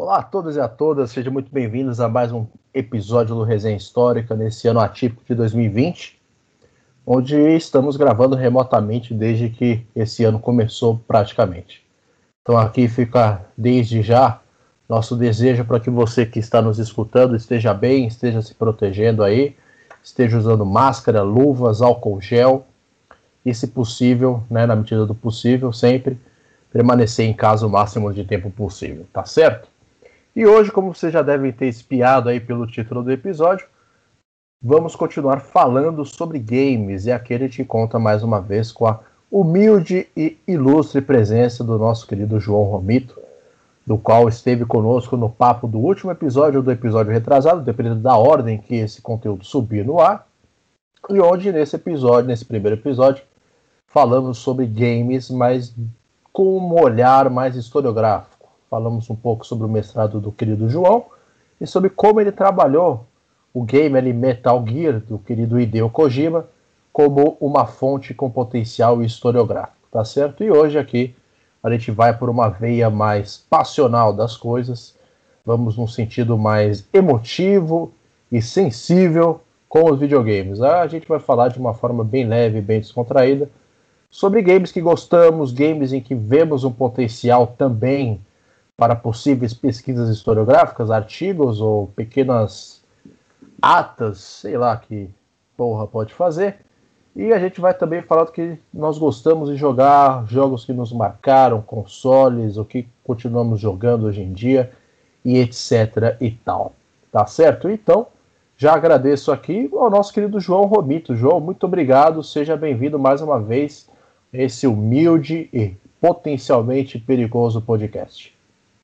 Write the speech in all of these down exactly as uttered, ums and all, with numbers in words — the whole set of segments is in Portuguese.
Olá a todos e a todas, sejam muito bem-vindos a mais um episódio do Resenha Histórica nesse ano atípico de dois mil e vinte, onde estamos gravando remotamente desde que esse ano começou praticamente. Então aqui fica desde já nosso desejo para que você que está nos escutando esteja bem, esteja se protegendo aí, esteja usando máscara, luvas, álcool gel e, se possível, né, na medida do possível, sempre permanecer em casa o máximo de tempo possível, tá certo? E hoje, como vocês já devem ter espiado aí pelo título do episódio, vamos continuar falando sobre games, e aqui a gente conta mais uma vez com a humilde e ilustre presença do nosso querido João Romito, do qual esteve conosco no papo do último episódio ou do episódio retrasado, dependendo da ordem que esse conteúdo subir no ar, e onde nesse episódio, nesse primeiro episódio, falamos sobre games, mas com um olhar mais historiográfico. Falamos um pouco sobre o mestrado do querido João e sobre como ele trabalhou o game ali Metal Gear, do querido Hideo Kojima, como uma fonte com potencial historiográfico, tá certo? E hoje aqui a gente vai por uma veia mais passional das coisas, vamos num sentido mais emotivo e sensível com os videogames. A gente vai falar de uma forma bem leve, bem descontraída, sobre games que gostamos, games em que vemos um potencial também para possíveis pesquisas historiográficas, artigos ou pequenas atas, sei lá que porra pode fazer. E a gente vai também falar do que nós gostamos de jogar, jogos que nos marcaram, consoles, o que continuamos jogando hoje em dia, e etc e tal. Tá certo? Então, já agradeço aqui ao nosso querido João Romito. João, muito obrigado, seja bem-vindo mais uma vez a esse humilde e potencialmente perigoso podcast.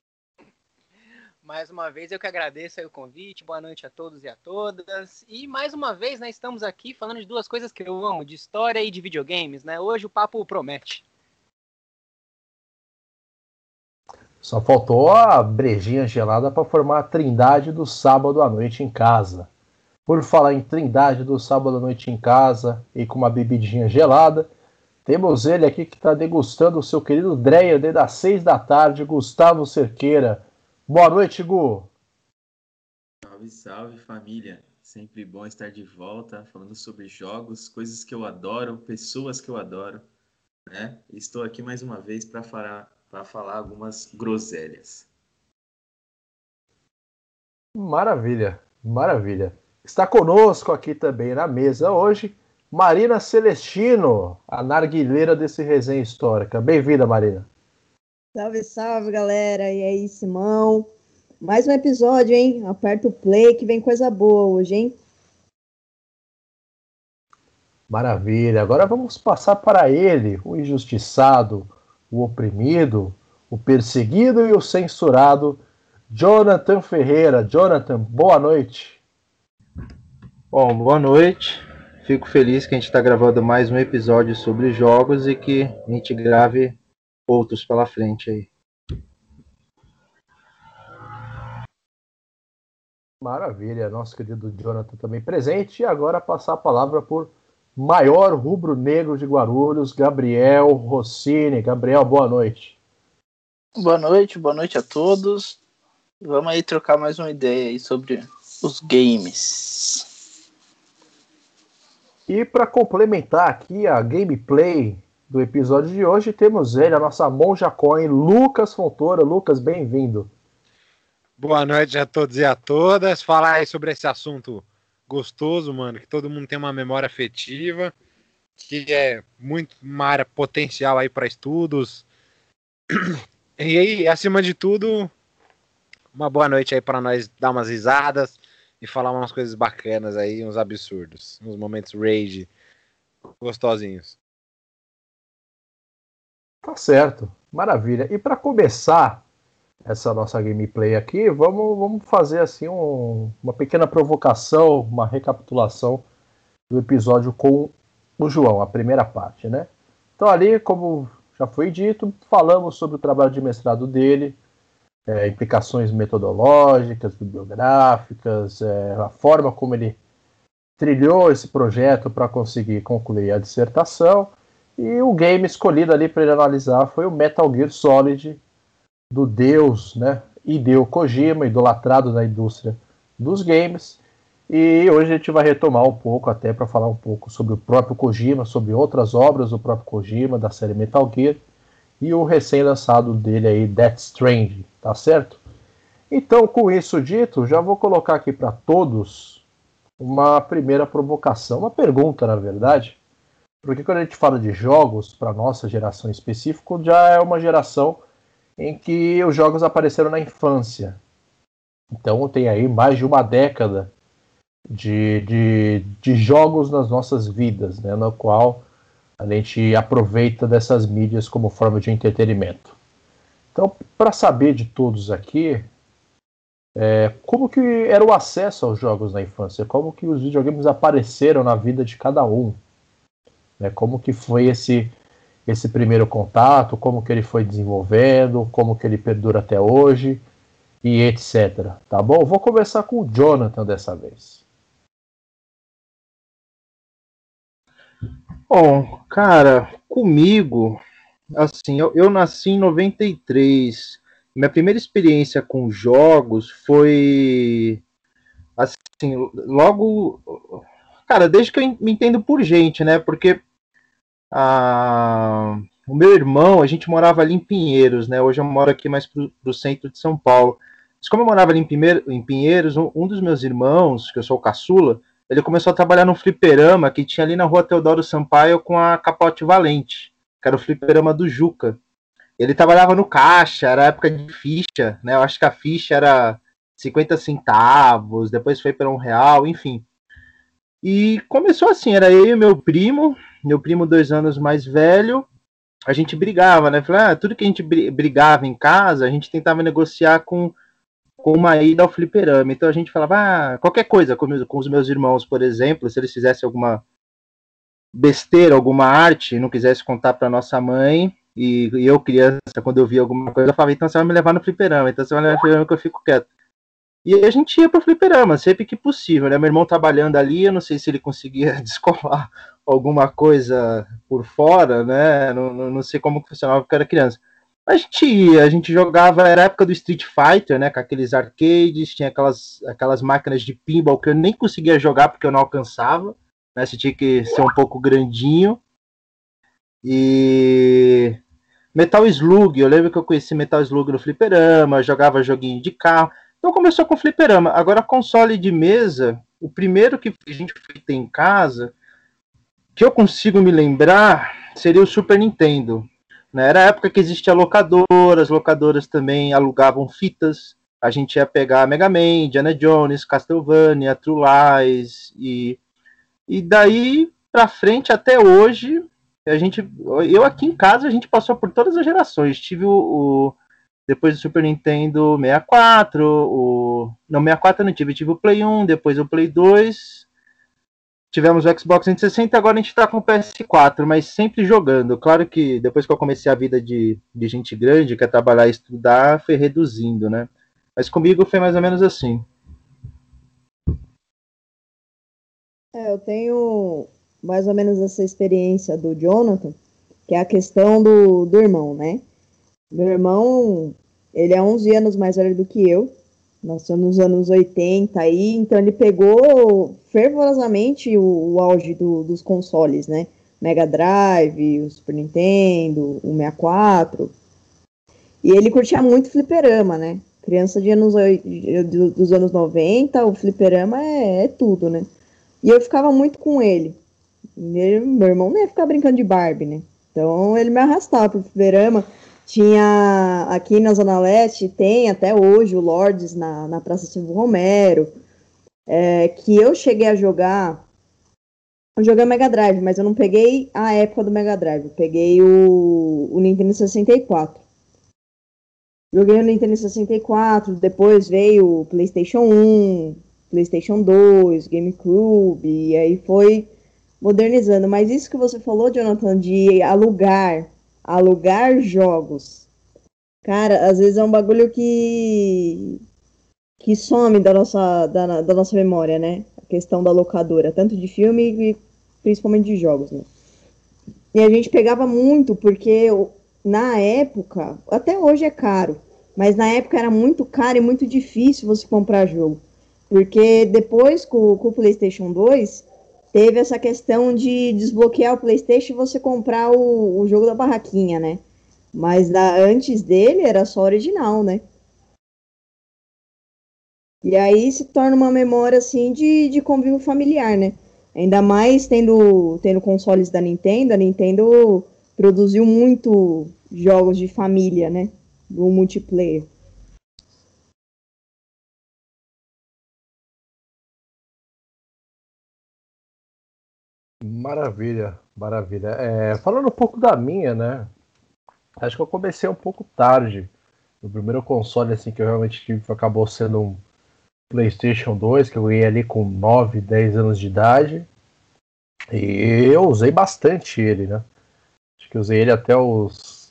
Mais uma vez eu que agradeço aí o convite, boa noite a todos e a todas. E mais uma vez, né, estamos aqui falando de duas coisas que eu amo, de história e de videogames, né? Hoje o papo promete. Só faltou a brejinha gelada para formar a trindade do sábado à noite em casa. Por falar em trindade do sábado à noite em casa e com uma bebidinha gelada, temos ele aqui que está degustando o seu querido Dreyer desde as seis da tarde, Gustavo Cerqueira. Boa noite, Gu. Salve, salve, família. Sempre bom estar de volta, falando sobre jogos, coisas que eu adoro, pessoas que eu adoro, né? Estou aqui mais uma vez para falar, para falar algumas groselhas. Maravilha, maravilha. Está conosco aqui também na mesa hoje Marina Celestino, a narguileira desse Resenha Histórica. Bem-vinda, Marina. Salve, salve, galera. E aí, Simão? Mais um episódio, hein? Aperta o play que vem coisa boa hoje, hein? Maravilha. Agora vamos passar para ele, o injustiçado, o oprimido, o perseguido e o censurado, Jonathan Ferreira. Jonathan, boa noite. Bom, boa noite. Fico feliz que a gente está gravando mais um episódio sobre jogos e que a gente grave outros pela frente aí. Maravilha, nosso querido Jonathan também presente. E agora passar a palavra por maior rubro-negro de Guarulhos, Gabriel Rossini. Gabriel, boa noite. Boa noite, boa noite a todos. Vamos aí trocar mais uma ideia aí sobre os games. E para complementar aqui a gameplay do episódio de hoje, temos ele, a nossa Monja Coin, Lucas Fontoura. Lucas, bem-vindo. Boa noite a todos e a todas. Falar aí sobre esse assunto gostoso, mano, que todo mundo tem uma memória afetiva, que é muito uma área potencial aí para estudos. E aí, acima de tudo, uma boa noite aí para nós dar umas risadas e falar umas coisas bacanas aí, uns absurdos, uns momentos rage gostosinhos. Tá certo, maravilha. E para começar essa nossa gameplay aqui, vamos, vamos fazer assim um, uma pequena provocação, uma recapitulação do episódio com o João, a primeira parte, né? Então ali, como já foi dito, falamos sobre o trabalho de mestrado dele, é, implicações metodológicas, bibliográficas, é, a forma como ele trilhou esse projeto para conseguir concluir a dissertação. E o game escolhido ali para ele analisar foi o Metal Gear Solid, do deus, né, Hideo Kojima, idolatrado na indústria dos games. E hoje a gente vai retomar um pouco, até para falar um pouco sobre o próprio Kojima, sobre outras obras do próprio Kojima, da série Metal Gear, e o recém-lançado dele aí, Death Stranding, tá certo? Então, com isso dito, já vou colocar aqui para todos uma primeira provocação, uma pergunta, na verdade, porque quando a gente fala de jogos, para nossa geração em específico, já é uma geração em que os jogos apareceram na infância. Então tem aí mais de uma década de, de, de jogos nas nossas vidas, né, no qual a gente aproveita dessas mídias como forma de entretenimento. Então, para saber de todos aqui, é, como que era o acesso aos jogos na infância? Como que os videogames apareceram na vida de cada um? Né, como que foi esse, esse primeiro contato? Como que ele foi desenvolvendo? Como que ele perdura até hoje? E etcétera. Tá bom? Vou começar com o Jonathan dessa vez. Bom, cara, comigo, assim, eu, eu nasci em noventa e três. Minha primeira experiência com jogos foi, assim, logo, cara, desde que eu me entendo por gente, né? Porque a, o meu irmão, a gente morava ali em Pinheiros, né? Hoje eu moro aqui mais pro, pro centro de São Paulo. Mas como eu morava ali em, Pinheiro, em Pinheiros, um, um dos meus irmãos, que eu sou o caçula, ele começou a trabalhar num fliperama que tinha ali na rua Teodoro Sampaio com a Capote Valente, que era o fliperama do Juca. Ele trabalhava no caixa, era época de ficha, né? Eu acho que a ficha era cinquenta centavos, depois foi para um real, enfim. E começou assim, era eu e meu primo, meu primo dois anos mais velho, a gente brigava, né? Falei, ah, tudo que a gente brigava em casa, a gente tentava negociar com com uma ida ao fliperama. Então a gente falava, ah, qualquer coisa com, com os meus irmãos, por exemplo, se eles fizessem alguma besteira, alguma arte, não quisesse contar para nossa mãe, e, e eu, criança, quando eu via alguma coisa, eu falava, então você vai me levar no fliperama, então você vai me levar no fliperama que eu fico quieto. E a gente ia pro fliperama, sempre que possível, né? Meu irmão trabalhando ali, eu não sei se ele conseguia descolar alguma coisa por fora, né? Não, não, não sei como funcionava porque eu era criança. A gente ia, a gente jogava, era a época do Street Fighter, né, com aqueles arcades, tinha aquelas, aquelas máquinas de pinball que eu nem conseguia jogar porque eu não alcançava, né, você tinha que ser um pouco grandinho. E Metal Slug, eu lembro que eu conheci Metal Slug no fliperama, jogava joguinho de carro, então começou com fliperama. Agora console de mesa, o primeiro que a gente ter em casa, que eu consigo me lembrar, seria o Super Nintendo. Era a época que existia locadora, as locadoras também alugavam fitas, a gente ia pegar Mega Man, Indiana Jones, Castlevania, True Lies, e, e daí pra frente até hoje, a gente, eu aqui em casa a gente passou por todas as gerações, tive o, o depois do Super Nintendo sessenta e quatro, o, não, sessenta e quatro eu não tive, tive o Play um, depois o Play dois, tivemos o Xbox trezentos e sessenta, agora a gente tá com o P S quatro, mas sempre jogando. Claro que depois que eu comecei a vida de, de gente grande, que é trabalhar e estudar, foi reduzindo, né? Mas comigo foi mais ou menos assim. É, eu tenho mais ou menos essa experiência do Jonathan, que é a questão do, do irmão, né? Meu irmão, ele é onze anos mais velho do que eu, nasceu nos anos oitenta aí, então ele pegou fervorosamente o, o auge do, dos consoles, né? Mega Drive, o Super Nintendo, o sessenta e quatro. E ele curtia muito fliperama, né? Criança de anos, dos anos noventa, o fliperama é, é tudo, né? E eu ficava muito com ele. ele. Meu irmão nem ia ficar brincando de Barbie, né? Então ele me arrastava pro fliperama. Tinha aqui na Zona Leste, tem até hoje o Lords na, na Praça Silvio Romero, é, que eu cheguei a jogar, eu joguei o Mega Drive, mas eu não peguei a época do Mega Drive, eu peguei o, o Nintendo sessenta e quatro. Joguei o Nintendo sessenta e quatro, depois veio o PlayStation um, PlayStation dois, GameCube, e aí foi modernizando. Mas isso que você falou, Jonathan, de alugar, alugar jogos, cara, às vezes é um bagulho que que some da nossa, da, da nossa memória, né? A questão da locadora, tanto de filme e principalmente de jogos, né? E a gente pegava muito, porque na época, até hoje é caro, Mas na época era muito caro e muito difícil você comprar jogo. Porque depois, com, com o PlayStation dois, teve essa questão de desbloquear o PlayStation e você comprar o, o jogo da barraquinha, né? Mas da, antes dele era só original, né? E aí se torna uma memória, assim, de, de convívio familiar, né? Ainda mais tendo, tendo consoles da Nintendo, a Nintendo produziu muito jogos de família, né? Do multiplayer. Maravilha, maravilha. É, falando um pouco da minha, né? Acho que eu comecei um pouco tarde. O primeiro console assim, que eu realmente tive acabou sendo um PlayStation dois, que eu ganhei ali com nove, dez anos de idade. E eu usei bastante ele, né? Acho que eu usei ele até os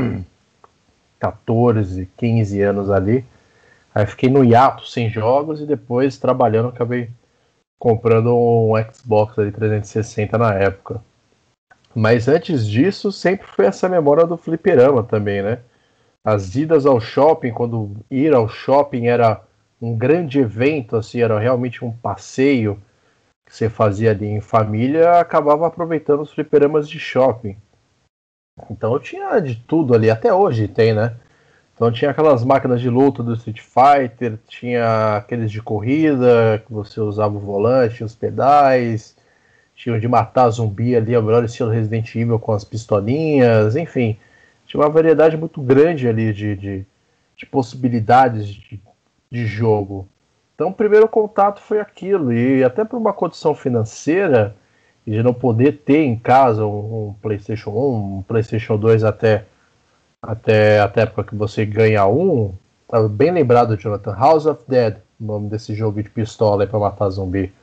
catorze, quinze anos ali. Aí fiquei no hiato sem jogos e depois trabalhando acabei comprando um Xbox ali trezentos e sessenta na época. Mas antes disso sempre foi essa memória do fliperama também, né? As idas ao shopping, quando ir ao shopping era um grande evento, assim, era realmente um passeio que você fazia ali em família, acabava aproveitando os fliperamas de shopping. Então tinha de tudo ali, até hoje tem, né? Então tinha aquelas máquinas de luta do Street Fighter, tinha aqueles de corrida, que você usava o volante, os pedais, tinha o de matar zumbi ali, o melhor estilo Resident Evil com as pistolinhas, enfim. Tinha uma variedade muito grande ali de, de, de possibilidades de, de jogo. Então o primeiro contato foi aquilo, e até por uma condição financeira, e de não poder ter em casa um, um PlayStation um, um PlayStation dois até Até a época que você ganha um, tá bem lembrado, Jonathan, House of Dead, o nome desse jogo de pistola aí pra matar zumbi.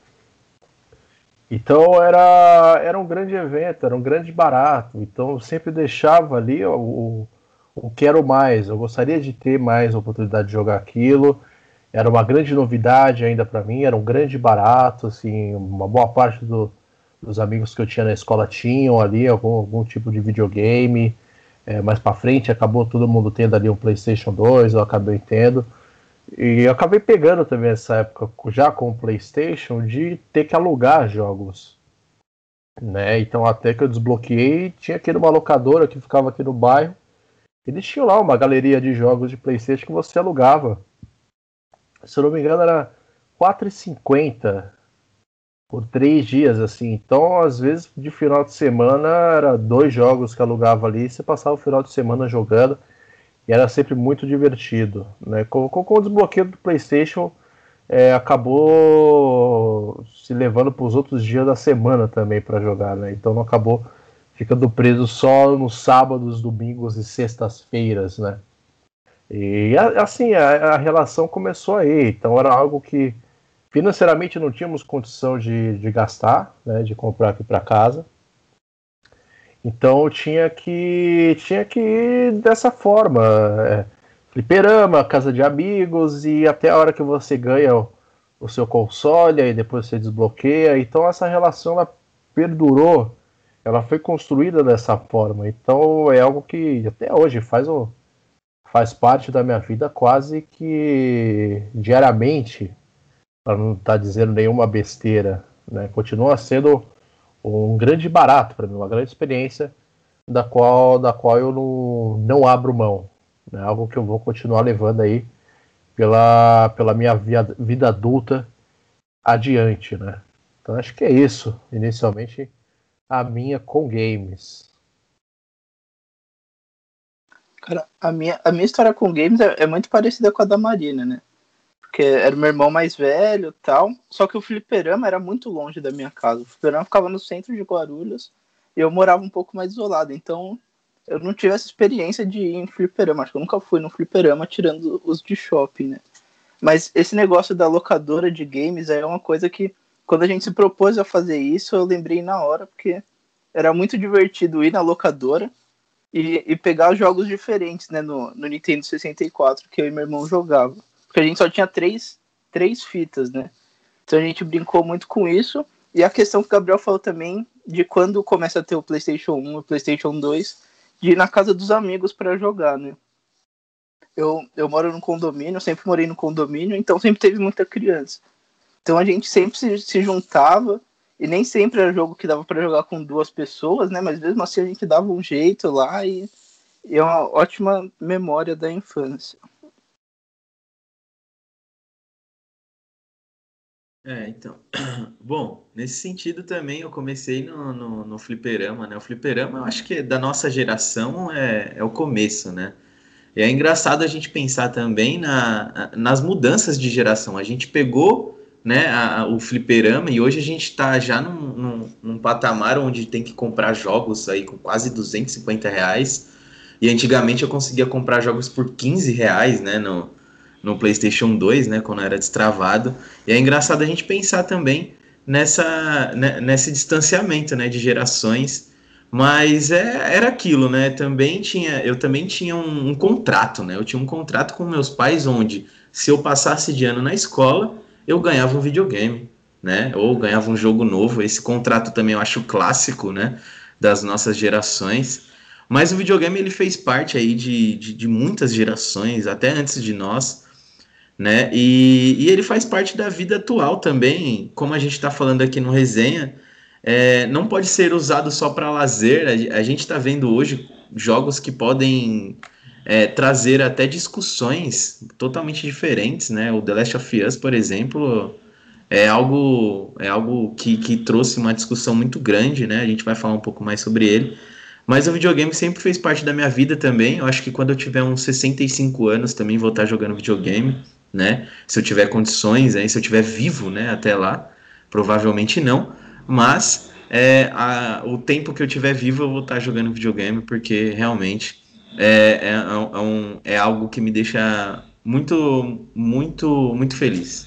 Então era, era um grande evento, era um grande barato. Então eu sempre deixava ali o, o, o quero mais, eu gostaria de ter mais oportunidade de jogar aquilo. Era uma grande novidade ainda para mim, era um grande barato, assim, uma boa parte do, dos amigos que eu tinha na escola tinham ali algum, algum tipo de videogame. É, mais para frente acabou todo mundo tendo ali um PlayStation dois, eu acabei tendo. E eu acabei pegando também essa época, já com o PlayStation, de ter que alugar jogos. Né? Então até que eu desbloqueei, tinha aqui numa locadora que ficava aqui no bairro. Eles tinham lá uma galeria de jogos de PlayStation que você alugava. Se eu não me engano era quatro reais e cinquenta centavos por três dias, assim. Então, às vezes, de final de semana, era dois jogos que alugava ali, e você passava o final de semana jogando, e era sempre muito divertido, né? Com, com, com o desbloqueio do PlayStation, é, acabou se levando para os outros dias da semana também para jogar, né? Então, não acabou ficando preso só nos sábados, domingos e sextas-feiras, né? E, assim, a, a relação começou aí. Então, era algo que financeiramente não tínhamos condição de, de gastar, né, de comprar aqui para casa. Então tinha que tinha que ir dessa forma, é, fliperama, casa de amigos, e até a hora que você ganha o, o seu console e depois você desbloqueia. Então essa relação ela perdurou, ela foi construída dessa forma. Então é algo que até hoje faz o, faz parte da minha vida quase que diariamente. Para não estar tá dizendo nenhuma besteira, né? Continua sendo um grande barato para mim, uma grande experiência da qual, da qual eu não, não abro mão, né? Algo que eu vou continuar levando aí pela, pela minha via, vida adulta adiante, né? Então acho que é isso, inicialmente, a minha com games. Cara, a minha, a minha história com games é, é muito parecida com a da Marina, né? Porque era o meu irmão mais velho e tal. Só que o fliperama era muito longe da minha casa. O fliperama ficava no centro de Guarulhos e eu morava um pouco mais isolado. Então eu não tive essa experiência de ir em fliperama. Acho que eu nunca fui no fliperama tirando os de shopping, né? Mas esse negócio da locadora de games é uma coisa que, quando a gente se propôs a fazer isso, eu lembrei na hora, porque era muito divertido ir na locadora e, e pegar jogos diferentes, né, no, no Nintendo sessenta e quatro que eu e meu irmão jogava. Porque a gente só tinha três, três fitas, né? Então a gente brincou muito com isso. E a questão que o Gabriel falou também, de quando começa a ter o PlayStation um e o PlayStation dois, de ir na casa dos amigos para jogar, né? eu, eu moro num condomínio, sempre morei no condomínio, então sempre teve muita criança. Então a gente sempre se, se juntava, e nem sempre era jogo que dava para jogar com duas pessoas, né? Mas mesmo assim a gente dava um jeito lá, e, e é uma ótima memória da infância. É, então. Bom, nesse sentido também eu comecei no, no, no fliperama, né? O fliperama eu acho que da nossa geração é, é o começo, né? E é engraçado a gente pensar também na, nas mudanças de geração. A gente pegou, né, a, o fliperama e hoje a gente está já num, num, num patamar onde tem que comprar jogos aí com quase duzentos e cinquenta reais. E antigamente eu conseguia comprar jogos por quinze reais, né, no, no PlayStation dois, né, quando era destravado. E é engraçado a gente pensar também nessa, né, nesse distanciamento, né, de gerações. Mas é, era aquilo, né? Também tinha, eu também tinha um, um contrato, né? Eu tinha um contrato com meus pais onde, se eu passasse de ano na escola, eu ganhava um videogame, né? Ou ganhava um jogo novo. Esse contrato também eu acho clássico, né? Das nossas gerações. Mas o videogame ele fez parte aí de, de, de muitas gerações, até antes de nós, né? E, e ele faz parte da vida atual também, como a gente está falando aqui no Resenha. É, não pode ser usado só para lazer. A, a gente está vendo hoje jogos que podem é, trazer até discussões totalmente diferentes, né? O The Last of Us, por exemplo, é algo, é algo que, que trouxe uma discussão muito grande, né? A gente vai falar um pouco mais sobre ele. Mas o videogame sempre fez parte da minha vida também. Eu acho que quando eu tiver uns sessenta e cinco anos também vou estar jogando videogame, né? Se eu tiver condições, aí, se eu tiver vivo, né? Até lá, provavelmente não. Mas é, a, o tempo que eu tiver vivo eu vou estar jogando videogame, porque realmente é, é, é, um, é algo que me deixa muito, muito, muito feliz.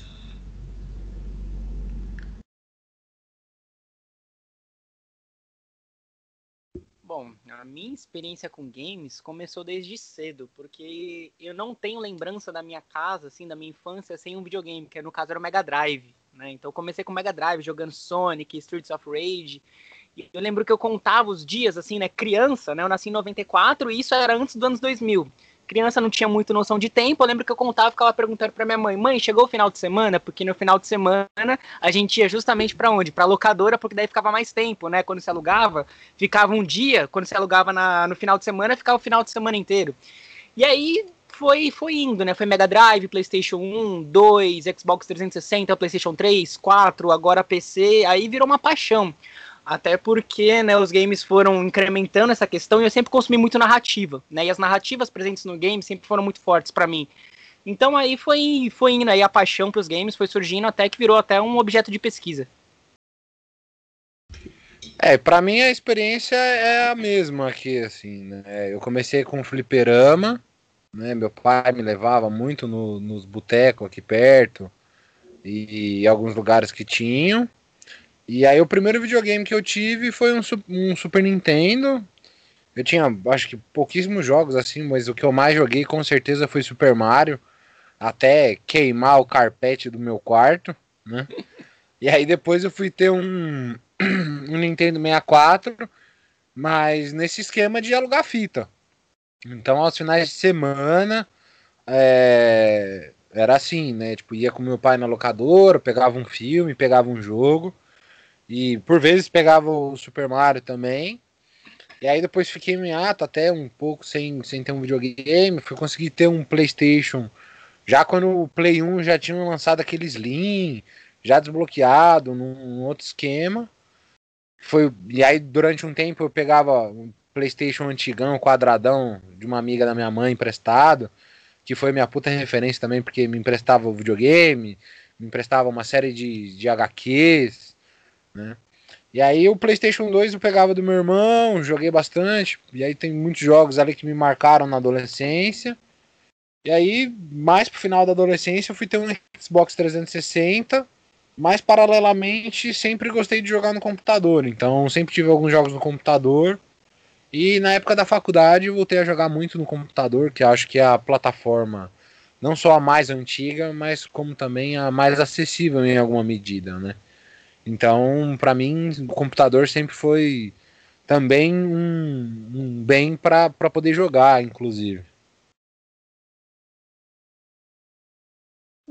Bom, a minha experiência com games começou desde cedo, porque eu não tenho lembrança da minha casa, assim, da minha infância, sem um videogame, que no caso era o Mega Drive, né? Então eu comecei com o Mega Drive, jogando Sonic, Streets of Rage, e eu lembro que eu contava os dias, assim, né, criança, né? Eu nasci em noventa e quatro e isso era antes dos anos dois mil. Criança não tinha muito noção de tempo, eu lembro que eu contava e ficava perguntando pra minha mãe, mãe, chegou o final de semana? Porque no final de semana a gente ia justamente pra onde? Pra locadora, porque daí ficava mais tempo, né? Quando se alugava, ficava um dia, quando se alugava na, no final de semana, ficava o final de semana inteiro. E aí foi, foi indo, né? Foi Mega Drive, PlayStation um, dois, Xbox trezentos e sessenta, PlayStation três, quatro, agora P C, aí virou uma paixão. Até porque, né, os games foram incrementando essa questão e eu sempre consumi muito narrativa, né? E as narrativas presentes no game sempre foram muito fortes pra mim. Então aí foi, foi indo aí a paixão pros games, foi surgindo até que virou até um objeto de pesquisa. É, pra mim a experiência é a mesma aqui, assim, né? Eu comecei com fliperama, né? Meu pai me levava muito no, nos botecos aqui perto e, e alguns lugares que tinham. E aí o primeiro videogame que eu tive foi um, um Super Nintendo. Eu tinha, acho que pouquíssimos jogos assim, mas o que eu mais joguei com certeza foi Super Mario, até queimar o carpete do meu quarto, né? E aí depois eu fui ter um, um Nintendo sessenta e quatro, mas nesse esquema de alugar fita. Então aos finais de semana é, era assim, né? Tipo, ia com meu pai na locadora, pegava um filme, pegava um jogo. E por vezes pegava o Super Mario também. E aí depois fiquei em ato até um pouco sem, sem ter um videogame. Fui conseguir ter um PlayStation. Já quando o Play um já tinha lançado aquele Slim, já desbloqueado, num, num outro esquema. Foi, e aí durante um tempo eu pegava um PlayStation antigão, quadradão, de uma amiga da minha mãe emprestado. Que foi minha puta referência também, porque me emprestava o videogame, me emprestava uma série de, de H Qs, né? E aí o PlayStation dois eu pegava do meu irmão, joguei bastante. E aí tem muitos jogos ali que me marcaram na adolescência. E aí, mais pro final da adolescência, eu fui ter um Xbox trezentos e sessenta. Mas paralelamente, sempre gostei de jogar no computador. Então, sempre tive alguns jogos no computador. E na época da faculdade, eu voltei a jogar muito no computador, que acho que é a plataforma não só a mais antiga, mas como também a mais acessível em alguma medida, né? Então, para mim, o computador sempre foi também um, um bem para poder jogar, inclusive.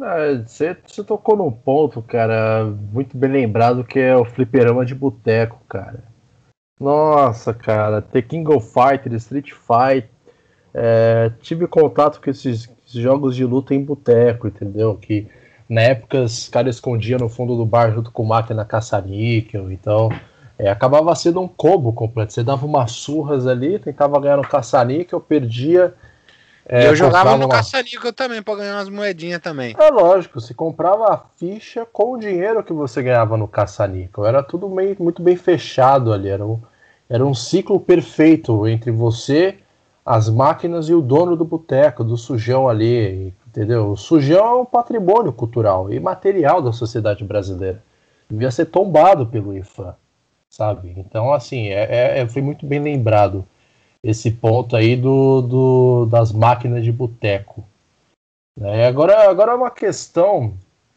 Ah, Você, você tocou num ponto, cara, muito bem lembrado, que é o fliperama de boteco, cara. Nossa, cara, The King of Fighters, Street Fighter. É, tive contato com esses jogos de luta em boteco, entendeu? Que na época os caras escondiam no fundo do bar junto com máquina caça-níquel, então é, acabava sendo um combo completo. Você dava umas surras ali, tentava ganhar no caça-níquel, perdia. É, eu jogava no uma... caça-níquel também, pra ganhar umas moedinhas também. É lógico, você comprava a ficha com o dinheiro que você ganhava no caça-níquel. Era tudo meio, muito bem fechado ali, era um, era um ciclo perfeito entre você, as máquinas e o dono do boteco, do sujão ali, entendeu? O sujão é um patrimônio cultural e material da sociedade brasileira. Devia ser tombado pelo I F A M, sabe? Então, assim, é, é, foi muito bem lembrado esse ponto aí do, do, das máquinas de boteco. É, agora, agora é uma questão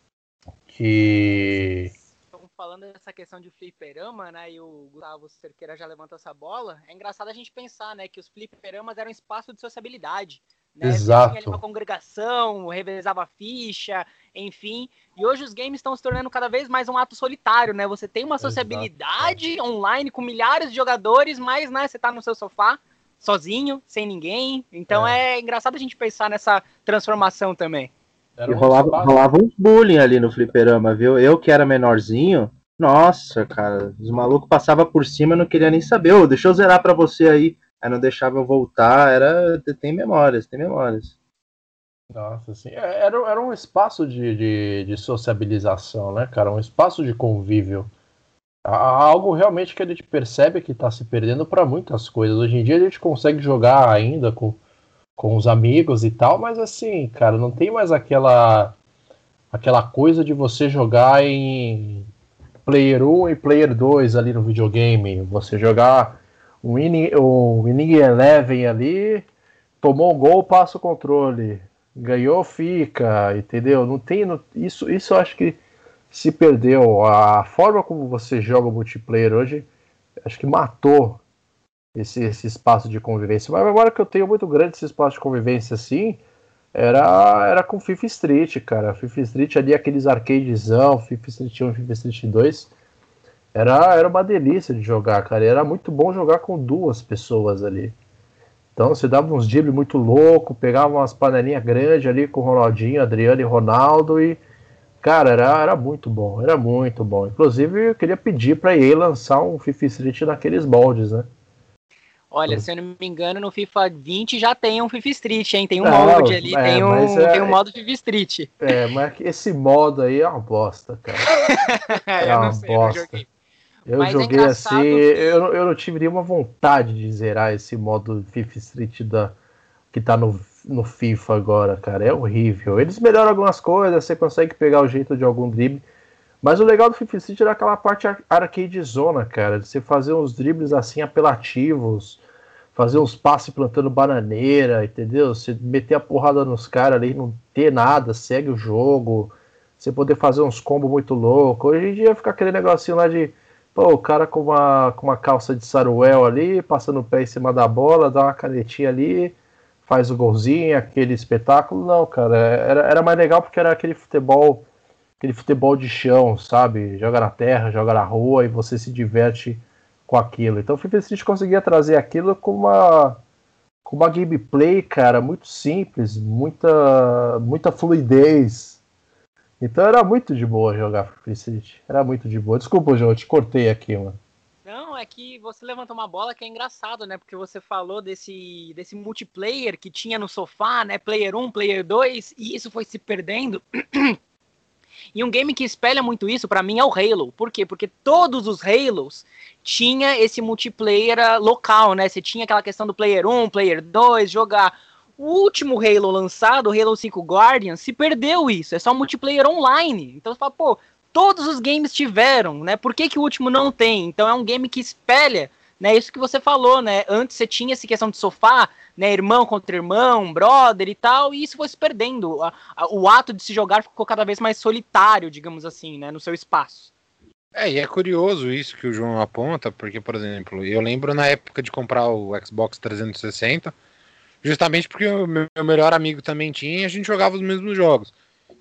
que... Estamos falando dessa questão de fliperama, né, e o Gustavo Cerqueira já levantou essa bola. É engraçado a gente pensar, né, que os fliperamas eram um espaço de sociabilidade. Né? Exato. Você tinha ali uma congregação, revezava ficha, enfim. E hoje os games estão se tornando cada vez mais um ato solitário, né? Você tem uma sociabilidade Exato. online com milhares de jogadores, mas, né, você tá no seu sofá, sozinho, sem ninguém. Então é, é engraçado a gente pensar nessa transformação também. Era e rolava, rolava uns bullying ali no fliperama, viu? Eu que era menorzinho, nossa, cara, os malucos passavam por cima e não queria nem saber. Ô, deixa eu zerar pra você aí. Aí não deixava eu voltar, era... tem memórias, tem memórias. Nossa, assim, era, era um espaço de, de, de sociabilização, né, cara? Um espaço de convívio. Algo realmente que a gente percebe que está se perdendo para muitas coisas. Hoje em dia a gente consegue jogar ainda com, com os amigos e tal, mas assim, cara, não tem mais aquela aquela coisa de você jogar em Player um e Player dois ali no videogame. Você jogar um Winning, um Winning Eleven ali, tomou o gol, passa o controle. Ganhou, fica, entendeu? Não tem... Não, isso, isso eu acho que se perdeu. A forma como você joga o multiplayer hoje, acho que matou esse, esse espaço de convivência. Mas agora que eu tenho muito grande esse espaço de convivência assim, era, era com FIFA Street, cara. FIFA Street ali, aqueles arcadezão, FIFA Street um e FIFA Street dois, era, era uma delícia de jogar, cara. Era muito bom jogar com duas pessoas ali. Então você dava uns dribles muito louco, pegava umas panelinhas grandes ali com o Ronaldinho, Adriano e Ronaldo e cara, era, era muito bom, era muito bom. Inclusive, eu queria pedir pra E A lançar um FIFA Street naqueles moldes, né? Olha, se eu não me engano, no FIFA vinte já tem um FIFA Street, hein? Tem um não, molde ali, é, tem, um, é, tem um modo FIFA Street. É, mas esse modo aí é uma bosta, cara. É eu uma não sei, bosta. Eu joguei, eu joguei é assim, que... eu, eu não tive nenhuma vontade de zerar esse modo FIFA Street da, que tá no no FIFA agora, cara, é horrível. Eles melhoram algumas coisas, você consegue pegar o jeito de algum drible, mas o legal do FIFA Street era aquela parte arcade zona, cara, de você fazer uns dribles assim apelativos, fazer uns passes plantando bananeira, entendeu? Você meter a porrada nos caras ali, não ter nada, segue o jogo, você poder fazer uns combos muito loucos. Hoje em dia fica aquele negocinho lá de, pô, o cara com uma, com uma calça de saruel ali, passando o pé em cima da bola, dá uma canetinha ali, faz o golzinho, aquele espetáculo. Não, cara, era, era mais legal porque era aquele futebol, aquele futebol de chão, sabe? Joga na terra, joga na rua e você se diverte com aquilo. Então o FIFA Street conseguia trazer aquilo com uma, com uma gameplay, cara, muito simples, muita, muita fluidez. Então era muito de boa jogar FIFA Street, era muito de boa. Desculpa, João, eu te cortei aqui, mano. Não, é que você levantou uma bola que é engraçado, né? Porque você falou desse, desse multiplayer que tinha no sofá, né? Player um, Player dois, e isso foi se perdendo. E um game que espelha muito isso, pra mim, é o Halo. Por quê? Porque todos os Halos tinha esse multiplayer local, né? Você tinha aquela questão do Player um, Player dois, jogar. O último Halo lançado, o Halo cinco Guardian, se perdeu isso. É só multiplayer online. Então você fala, pô, todos os games tiveram, né? Por que que o último não tem? Então é um game que espelha, né? Isso que você falou, né? Antes você tinha essa questão de sofá, né? Irmão contra irmão, brother e tal, e isso foi se perdendo. A, a, o ato de se jogar ficou cada vez mais solitário, digamos assim, né? No seu espaço. É, e é curioso isso que o João aponta, porque, por exemplo, eu lembro na época de comprar o Xbox trezentos e sessenta, justamente porque o meu melhor amigo também tinha e a gente jogava os mesmos jogos.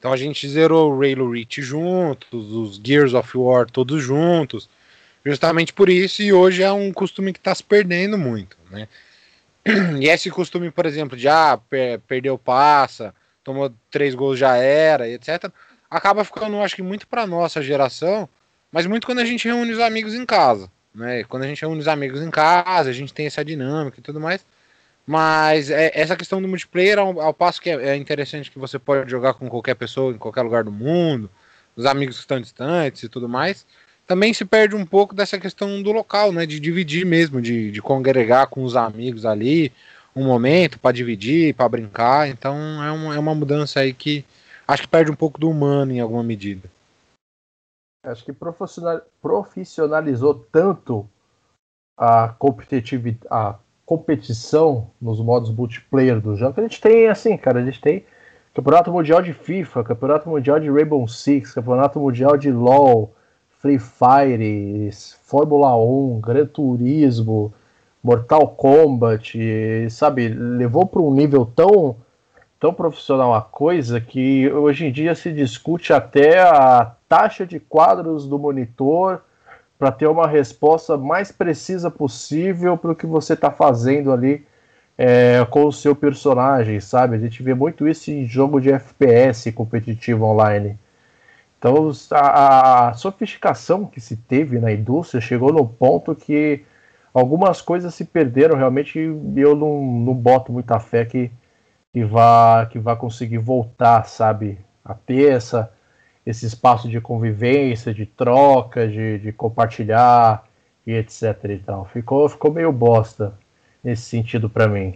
Então a gente zerou o Halo Reach juntos, os Gears of War todos juntos, justamente por isso, e hoje é um costume que está se perdendo muito, né? E esse costume, por exemplo, de ah, per- perdeu passa, tomou três gols já era, e etcétera, acaba ficando, acho que muito para nossa geração, mas muito quando a gente reúne os amigos em casa, né? Quando a gente reúne os amigos em casa, a gente tem essa dinâmica e tudo mais. Mas é, essa questão do multiplayer, ao, ao passo que é, é interessante que você pode jogar com qualquer pessoa em qualquer lugar do mundo, os amigos que estão distantes e tudo mais, também se perde um pouco dessa questão do local, né? De dividir mesmo, de, de congregar com os amigos ali um momento para dividir, para brincar. Então é uma, é uma mudança aí que acho que perde um pouco do humano em alguma medida. Acho que profissional, profissionalizou tanto a competitividade, a competição nos modos multiplayer do jogo. A gente tem assim, cara, a gente tem Campeonato Mundial de FIFA, Campeonato Mundial de Rainbow Six, Campeonato Mundial de LoL, Free Fire, Fórmula um, Gran Turismo, Mortal Kombat, sabe, levou para um nível tão, tão profissional a coisa que hoje em dia se discute até a taxa de quadros do monitor para ter uma resposta mais precisa possível para o que você está fazendo ali é, com o seu personagem, sabe? A gente vê muito isso em jogo de F P S competitivo online. Então, a, a sofisticação que se teve na indústria chegou no ponto que algumas coisas se perderam realmente e eu não, não boto muita fé que, que, vá, que vá conseguir voltar, sabe? A ter essa... esse espaço de convivência, de troca, de, de compartilhar e etc e tal. Ficou, ficou meio bosta nesse sentido para mim.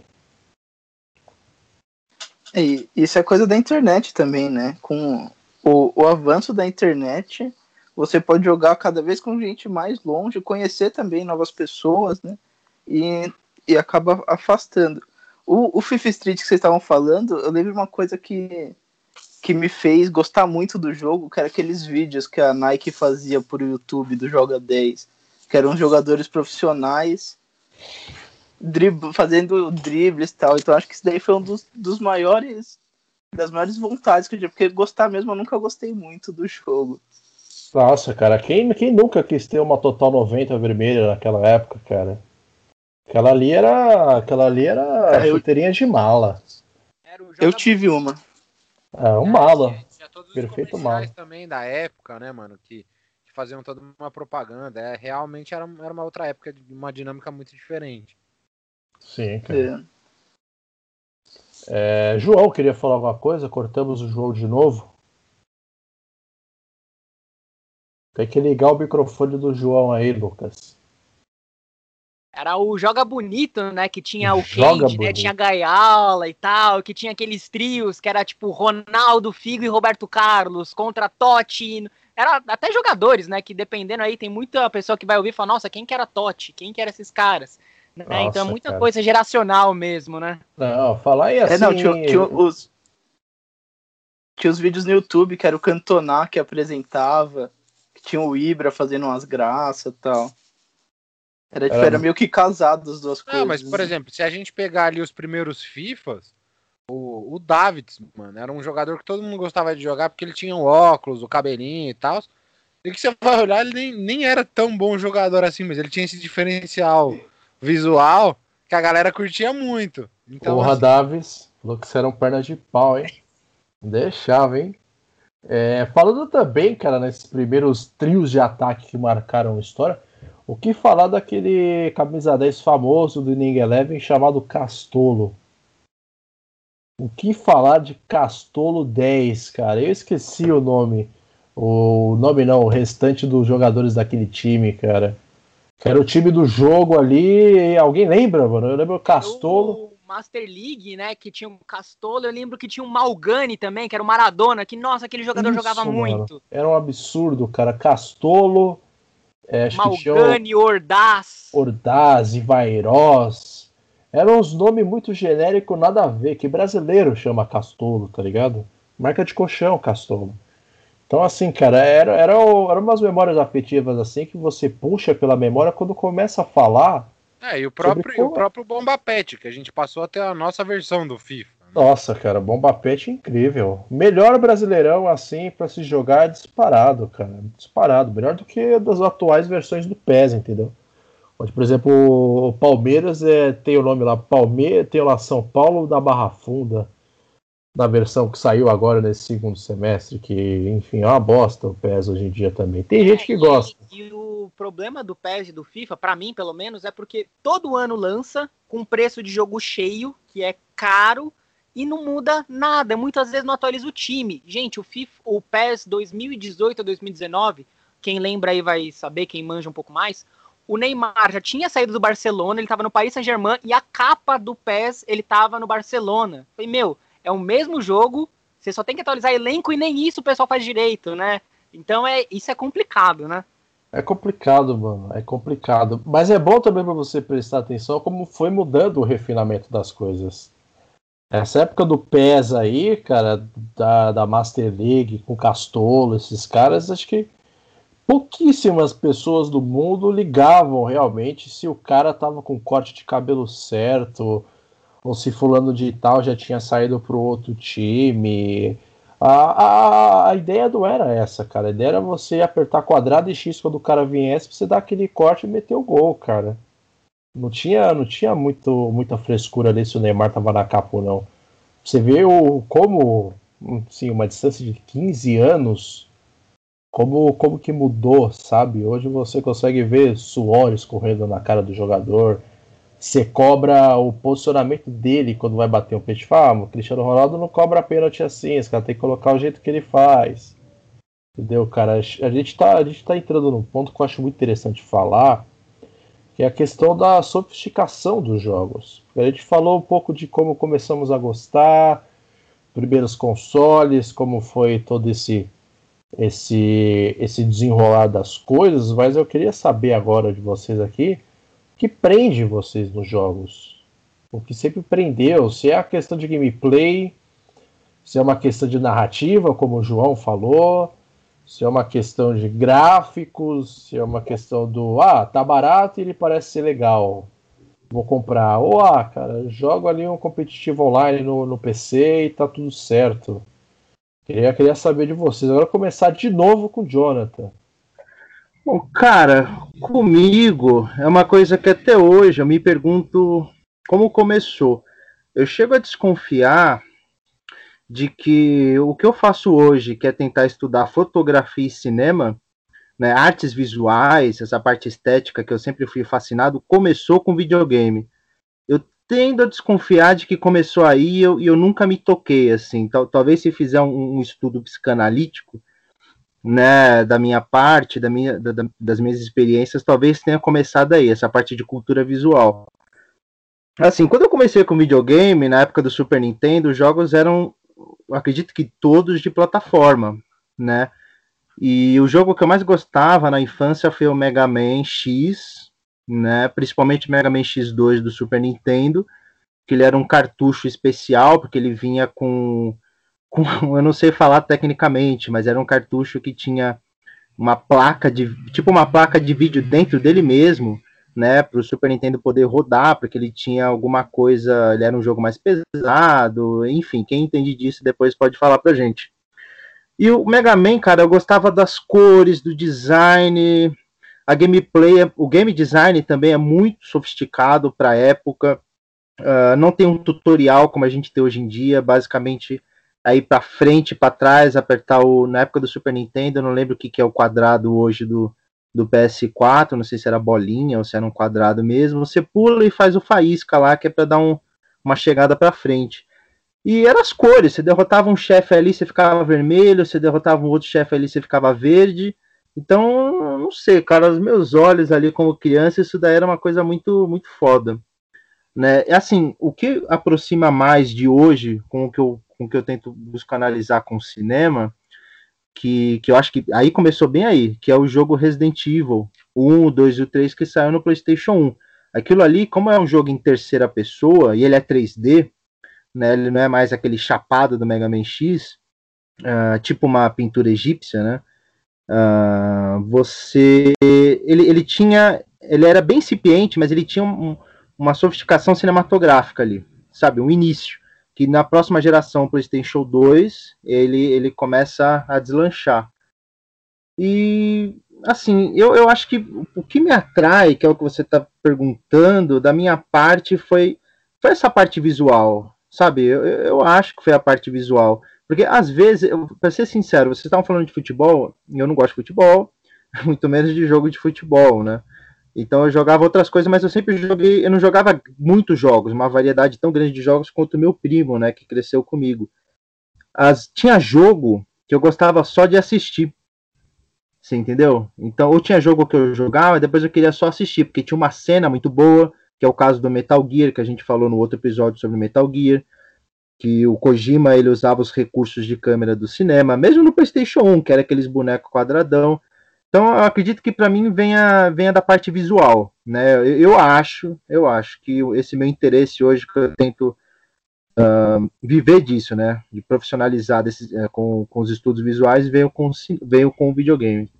E isso é coisa da internet também, né? Com o, o avanço da internet, você pode jogar cada vez com gente mais longe, conhecer também novas pessoas, né? E, e acaba afastando. O, o FIFA Street que vocês estavam falando, eu lembro uma coisa que que me fez gostar muito do jogo, que era aqueles vídeos que a Nike fazia por YouTube do Joga dez, que eram jogadores profissionais drib- fazendo dribles e tal. Então acho que isso daí foi um dos, dos maiores, das maiores vontades que eu tive, porque gostar mesmo eu nunca gostei muito do jogo. Nossa, cara, quem, quem nunca quis ter uma Total noventa vermelha naquela época, cara? Aquela ali era, aquela ali era Cara, eu- chuteirinha de mala. Era o Eu joga- tive uma. É, um É, mala. tinha- tinha todos os Perfeito comerciais mal. também da época, né, mano, que, que faziam toda uma propaganda. É, realmente era, era uma outra época, de uma dinâmica muito diferente. Sim, cara. É. É, João, queria falar alguma coisa? Cortamos o João de novo. Tem que ligar o microfone do João aí, Lucas. Era o Joga Bonito, né? Que tinha o Joga Candy, né? Bonito. Tinha Gaiola e tal, que tinha aqueles trios que era tipo Ronaldo, Figo e Roberto Carlos contra Totti. Era até jogadores, né? Que dependendo aí, tem muita pessoa que vai ouvir e fala, nossa, quem que era Totti? Quem que era esses caras? Né? Nossa, Então é muita cara. coisa geracional mesmo, né? Não, falar aí assim... É, não, tinha, tinha os. Tinha os vídeos no YouTube que era o Cantona que apresentava, que tinha o Ibra fazendo umas graças e tal. Era, tipo, Era- era meio que casado as duas coisas. Não, mas, por exemplo, se a gente pegar ali os primeiros FIFAs, o, o Davids, mano, era um jogador que todo mundo gostava de jogar porque ele tinha o óculos, o cabelinho e tal. E que você vai olhar, ele nem, nem era tão bom jogador assim, mas ele tinha esse diferencial visual que a galera curtia muito. Então, Porra, assim, Davis, falou que você era um perna de pau, hein? Deixava, hein? É, falando também, cara, nesses primeiros trios de ataque que marcaram a história, o que falar daquele camisa dez famoso do Inning Eleven chamado Castolo? O que falar de Castolo dez, cara? Eu esqueci o nome. O nome não, o restante dos jogadores daquele time, cara. Que era o time do jogo ali. Alguém lembra, mano? Eu lembro o Castolo. O Master League, né? Que tinha um Castolo. Eu lembro que tinha um Malgani também, que era o Maradona. Que, nossa, aquele jogador Isso, jogava mano. muito. Era um absurdo, cara. Castolo. É, acho que tinha o Malgani, Ordaz. Ordaz, Ivairoz. Eram uns nomes muito genéricos, nada a ver. Que brasileiro chama Castolo, tá ligado? Marca de colchão, Castolo. Então, assim, cara, era, era, o- eram umas memórias afetivas assim que você puxa pela memória quando começa a falar. é, e o próprio, Sobre e o como- próprio Bomba Pet, que a gente passou até a nossa versão do FIFA, Nossa, cara, Bomba Pet é incrível. Melhor Brasileirão, assim, pra se jogar é disparado, cara. Disparado. Melhor do que das atuais versões do P E S, entendeu? Onde, por exemplo, o Palmeiras é, tem o nome lá, Palmeiras, tem lá São Paulo da Barra Funda, na versão que saiu agora nesse segundo semestre, que, enfim, é uma bosta o P E S hoje em dia também. Tem gente que gosta. E, e o problema do P E S e do FIFA, pra mim, pelo menos, é porque todo ano lança com preço de jogo cheio, que é caro, e não muda nada. Muitas vezes não atualiza o time. Gente, o FIFA, o P E S dois mil e dezoito a dois mil e dezenove, quem lembra aí vai saber, quem manja um pouco mais, o Neymar já tinha saído do Barcelona, ele estava no Paris Saint-Germain, e a capa do P E S, ele estava no Barcelona. Falei, meu, é o mesmo jogo, você só tem que atualizar elenco, e nem isso o pessoal faz direito, né? Então é, isso é complicado, né? É complicado, mano, é complicado. Mas é bom também para você prestar atenção como foi mudando o refinamento das coisas. Essa época do P E S aí, cara, da, da Master League, com Castolo, esses caras, acho que pouquíssimas pessoas do mundo ligavam realmente se o cara tava com corte de cabelo certo, ou se fulano de tal já tinha saído pro outro time. A, a, a ideia não era essa, cara. A ideia era você apertar quadrado e X quando o cara viesse, pra você dar aquele corte e meter o gol, cara. Não tinha, não tinha muito, muita frescura ali se o Neymar tava na capa ou não. Você vê o, como, sim, uma distância de quinze anos, como, como que mudou, sabe? Hoje você consegue ver suor escorrendo na cara do jogador. Você cobra o posicionamento dele quando vai bater um peixe. Ah, o Cristiano Ronaldo não cobra pênalti assim, esse cara tem que colocar o jeito que ele faz. Entendeu, cara? A gente tá, a gente tá entrando num ponto que eu acho muito interessante falar, que é a questão da sofisticação dos jogos. A gente falou um pouco de como começamos a gostar, primeiros consoles, como foi todo esse, esse, esse desenrolar das coisas, mas eu queria saber agora de vocês aqui, o que prende vocês nos jogos? O que sempre prendeu? Se é a questão de gameplay, se é uma questão de narrativa, como o João falou, se é uma questão de gráficos, se é uma questão do, ah, tá barato e ele parece ser legal, vou comprar. Ou, ah, cara, jogo ali um competitivo online no, no P C e tá tudo certo. Queria, queria saber de vocês. Agora começar de novo com o Jonathan. Bom, cara, comigo é uma coisa que até hoje eu me pergunto como começou. Eu chego a desconfiar de que o que eu faço hoje, que é tentar estudar fotografia e cinema, né, artes visuais, essa parte estética que eu sempre fui fascinado, começou com videogame. Eu tendo a desconfiar de que começou aí e eu, eu nunca me toquei, assim. Tal, talvez se fizer um, um estudo psicanalítico, né, da minha parte, da minha, da, das minhas experiências, talvez tenha começado aí, essa parte de cultura visual. Assim, quando eu comecei com videogame, na época do Super Nintendo, os jogos eram, acredito que todos de plataforma, né? E o jogo que eu mais gostava na infância foi o Mega Man X, né? Principalmente o Mega Man X dois do Super Nintendo, que ele era um cartucho especial, porque ele vinha com, com eu não sei falar tecnicamente, mas era um cartucho que tinha uma placa de, tipo uma placa de vídeo dentro dele mesmo, né, para o Super Nintendo poder rodar, porque ele tinha alguma coisa, ele era um jogo mais pesado, enfim, quem entende disso depois pode falar pra gente. E o Mega Man, cara, eu gostava das cores, do design, a gameplay, o game design também é muito sofisticado para a época, uh, não tem um tutorial como a gente tem hoje em dia, basicamente aí para frente, para trás, apertar o, na época do Super Nintendo, eu não lembro o que, que é o quadrado hoje do do P S quatro, não sei se era bolinha ou se era um quadrado mesmo, você pula e faz o faísca lá, que é para dar um, uma chegada para frente. E eram as cores, você derrotava um chefe ali, você ficava vermelho, você derrotava um outro chefe ali, você ficava verde. Então, não sei, cara, os meus olhos ali como criança, isso daí era uma coisa muito, muito foda. Né? É assim, o que aproxima mais de hoje, com o que eu, com o que eu tento buscar analisar com o cinema, Que, que eu acho que aí começou bem aí, que é o jogo Resident Evil, o um, o dois e o três, que saiu no PlayStation um. Aquilo ali, como é um jogo em terceira pessoa, e ele é três D, né, ele não é mais aquele chapado do Mega Man X, uh, tipo uma pintura egípcia, né, uh, você, ele, ele tinha, ele era bem incipiente, mas ele tinha um, uma sofisticação cinematográfica ali, sabe, um início, que na próxima geração PlayStation dois ele, ele começa a deslanchar. E assim, eu, eu acho que o que me atrai, que é o que você está perguntando, da minha parte foi, foi essa parte visual, sabe? Eu, eu acho que foi a parte visual. Porque às vezes, para ser sincero, vocês estavam falando de futebol, e eu não gosto de futebol, muito menos de jogo de futebol, né? Então eu jogava outras coisas, mas eu sempre joguei, eu não jogava muitos jogos, uma variedade tão grande de jogos quanto o meu primo, né, que cresceu comigo. As, tinha jogo que eu gostava só de assistir, você entendeu? Então, ou tinha jogo que eu jogava, e depois eu queria só assistir, porque tinha uma cena muito boa, que é o caso do Metal Gear, que a gente falou no outro episódio sobre Metal Gear, que o Kojima, ele usava os recursos de câmera do cinema, mesmo no PlayStation um, que era aqueles bonecos quadradão. Então, eu acredito que para mim venha, venha da parte visual, né? Eu, eu acho, eu acho que esse meu interesse hoje, que eu tento uh, viver disso, né? De profissionalizar desse, uh, com, com os estudos visuais, veio com, veio com o videogame.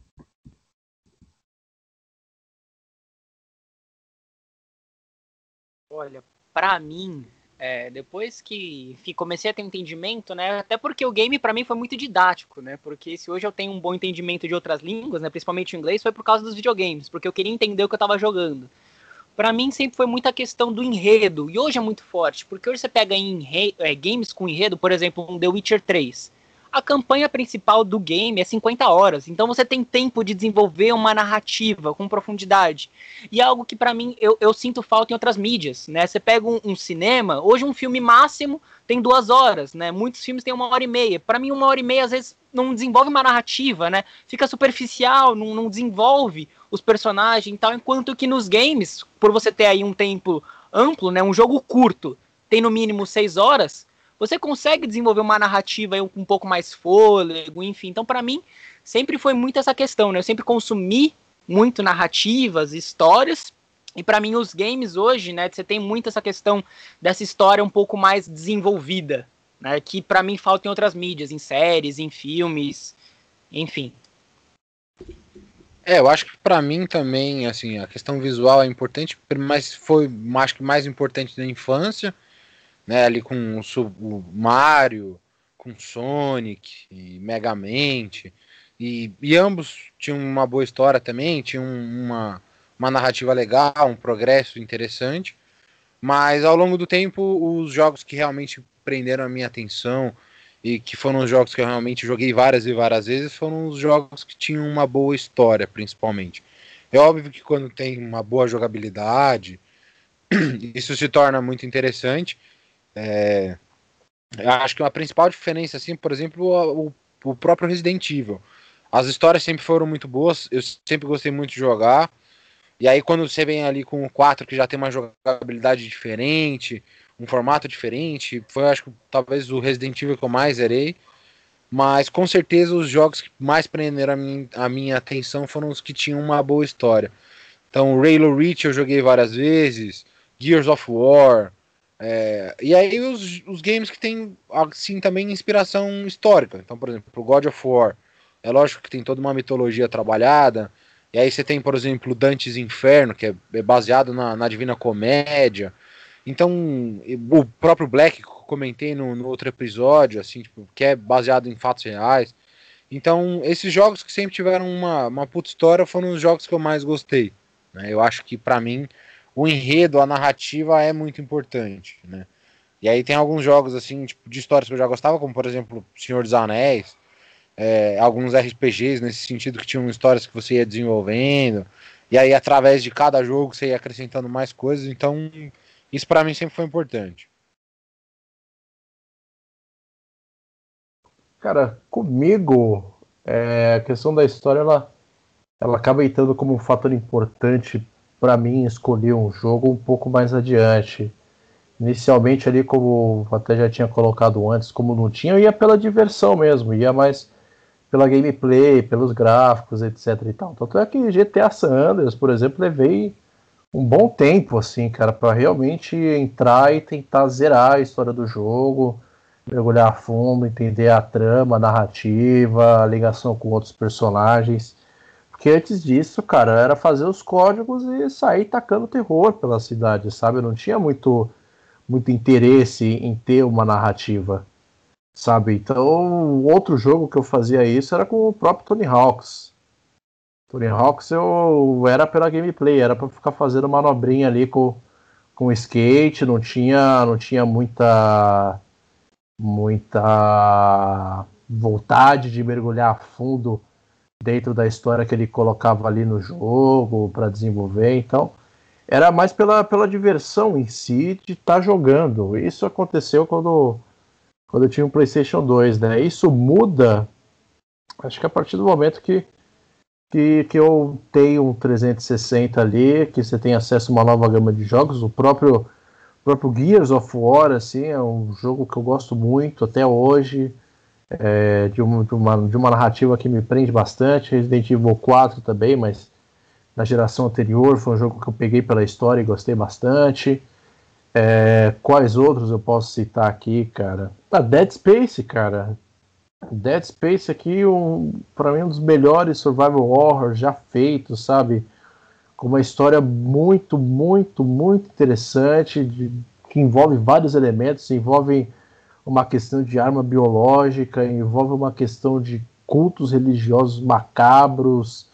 Olha, pra mim, é, depois que enfim, comecei a ter entendimento, né, até porque o game pra mim foi muito didático, né, porque se hoje eu tenho um bom entendimento de outras línguas, né, principalmente o inglês, foi por causa dos videogames, porque eu queria entender o que eu tava jogando. Pra mim sempre foi muita questão do enredo, e hoje é muito forte, porque hoje você pega em é, games com enredo, por exemplo, um The Witcher três. A campanha principal do game é cinquenta horas, então você tem tempo de desenvolver uma narrativa com profundidade. E é algo que pra mim eu, eu sinto falta em outras mídias, né? Você pega um, um cinema, hoje um filme máximo tem duas horas, né? Muitos filmes têm uma hora e meia. Pra mim uma hora e meia às vezes não desenvolve uma narrativa, né? Fica superficial, não, não desenvolve os personagens e tal, enquanto que nos games, por você ter aí um tempo amplo, né? Um jogo curto tem no mínimo seis horas, você consegue desenvolver uma narrativa aí um pouco mais fôlego, enfim. Então, pra mim, sempre foi muito essa questão, né? Eu sempre consumi muito narrativas, histórias, e pra mim os games hoje, né, você tem muito essa questão dessa história um pouco mais desenvolvida, né, que pra mim falta em outras mídias, em séries, em filmes, enfim. É, eu acho que pra mim também, assim, a questão visual é importante, mas foi, acho que mais importante na infância, né, ali com o, o Mario, com Sonic e Megamente, e, e ambos tinham uma boa história também, tinham uma, uma narrativa legal, um progresso interessante, mas ao longo do tempo os jogos que realmente prenderam a minha atenção e que foram os jogos que eu realmente joguei várias e várias vezes foram os jogos que tinham uma boa história, principalmente. É óbvio que quando tem uma boa jogabilidade, isso se torna muito interessante. É, acho que a principal diferença, assim, por exemplo, o, o próprio Resident Evil. As histórias sempre foram muito boas, eu sempre gostei muito de jogar. E aí quando você vem ali com o quatro, que já tem uma jogabilidade diferente, um formato diferente, foi, acho que talvez o Resident Evil que eu mais zerei. Mas com certeza os jogos que mais prenderam a minha, a minha atenção foram os que tinham uma boa história. Então, Halo Reach eu joguei várias vezes, Gears of War. É, e aí os, os games que tem assim também inspiração histórica. Então, por exemplo, o God of War, é lógico que tem toda uma mitologia trabalhada. E aí você tem, por exemplo, Dante's Inferno, que é baseado na, na Divina Comédia. Então, o próprio Black, que eu comentei no, no outro episódio, assim, tipo, que é baseado em fatos reais. Então, esses jogos que sempre tiveram uma, uma puta história foram os jogos que eu mais gostei, né? Eu acho que, pra mim, o enredo, a narrativa é muito importante, né? E aí tem alguns jogos, assim, tipo, de histórias que eu já gostava, como, por exemplo, Senhor dos Anéis, é, alguns R P Gs nesse sentido que tinham histórias que você ia desenvolvendo, e aí através de cada jogo você ia acrescentando mais coisas, então isso pra mim sempre foi importante. Cara, comigo, é, a questão da história, ela, ela acaba entrando como um fator importante para mim escolher um jogo um pouco mais adiante. Inicialmente ali, como até já tinha colocado antes, como não tinha, eu ia pela diversão mesmo, ia mais pela gameplay, pelos gráficos, etc e tal. Tanto é que G T A San Andreas, por exemplo, levei um bom tempo, assim, cara, para realmente entrar e tentar zerar a história do jogo, mergulhar a fundo, entender a trama, a narrativa, a ligação com outros personagens. Porque antes disso, cara, era fazer os códigos e sair tacando terror pela cidade, sabe? Não tinha muito, muito interesse em ter uma narrativa, sabe? Então, outro jogo que eu fazia isso era com o próprio Tony Hawks. Tony Hawks eu era pela gameplay, era para ficar fazendo manobrinha ali com com skate, não tinha não tinha muita muita vontade de mergulhar a fundo dentro da história que ele colocava ali no jogo para desenvolver. Então, era mais pela, pela diversão em si de estar tá jogando. Isso aconteceu quando quando eu tinha um PlayStation dois, né? Isso muda, acho que a partir do momento que Que, que eu tenho um trezentos e sessenta ali, que você tem acesso a uma nova gama de jogos. O próprio, próprio Gears of War, assim, é um jogo que eu gosto muito até hoje, é, de, uma, de, uma, de uma narrativa que me prende bastante. Resident Evil quatro também, mas na geração anterior foi um jogo que eu peguei pela história e gostei bastante. É, quais outros eu posso citar aqui, cara? Ah, Dead Space, cara. Dead Space aqui, um, para mim, um dos melhores survival horror já feitos, sabe? Com uma história muito, muito, muito interessante, de, que envolve vários elementos, envolve uma questão de arma biológica, envolve uma questão de cultos religiosos macabros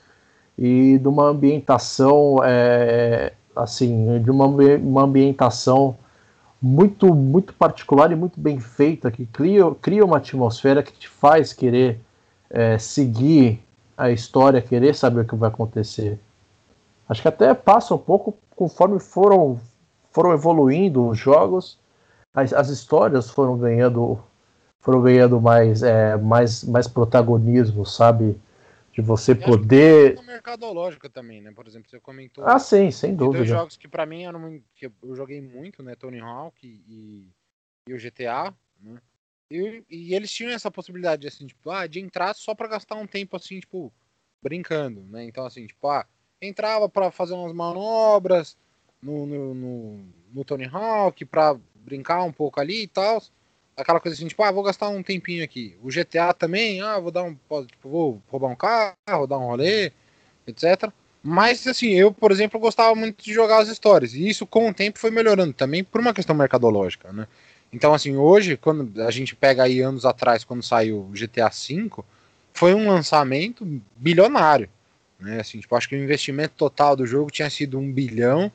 e de uma ambientação, é, assim, de uma, uma ambientação muito, muito particular e muito bem feita, que cria, cria uma atmosfera que te faz querer é, seguir a história, querer saber o que vai acontecer. Acho que até passa um pouco conforme foram, foram evoluindo os jogos, as, as histórias foram ganhando, foram ganhando mais, é, mais, mais protagonismo, sabe? De você Eu poder... acho que mercadológica também, né? Por exemplo, você comentou... Ah, sim, sem de dúvida. dois jogos que pra mim eram muito, que eu joguei muito, né? Tony Hawk e, e o G T A, né? E, e eles tinham essa possibilidade, assim, tipo, ah, de entrar só pra gastar um tempo, assim, tipo, brincando, né? Então, assim, tipo, ah, entrava pra fazer umas manobras no, no, no, no Tony Hawk, pra brincar um pouco ali e tal. Aquela coisa assim, tipo, ah, vou gastar um tempinho aqui. O G T A também, ah, vou dar um, tipo, vou roubar um carro, dar um rolê, etcétera. Mas, assim, eu, por exemplo, gostava muito de jogar as histórias. E isso, com o tempo, foi melhorando também por uma questão mercadológica, né? Então, assim, hoje, quando a gente pega aí anos atrás, quando saiu o G T A cinco, foi um lançamento bilionário, né? Assim, tipo, acho que o investimento total do jogo tinha sido um bilhão,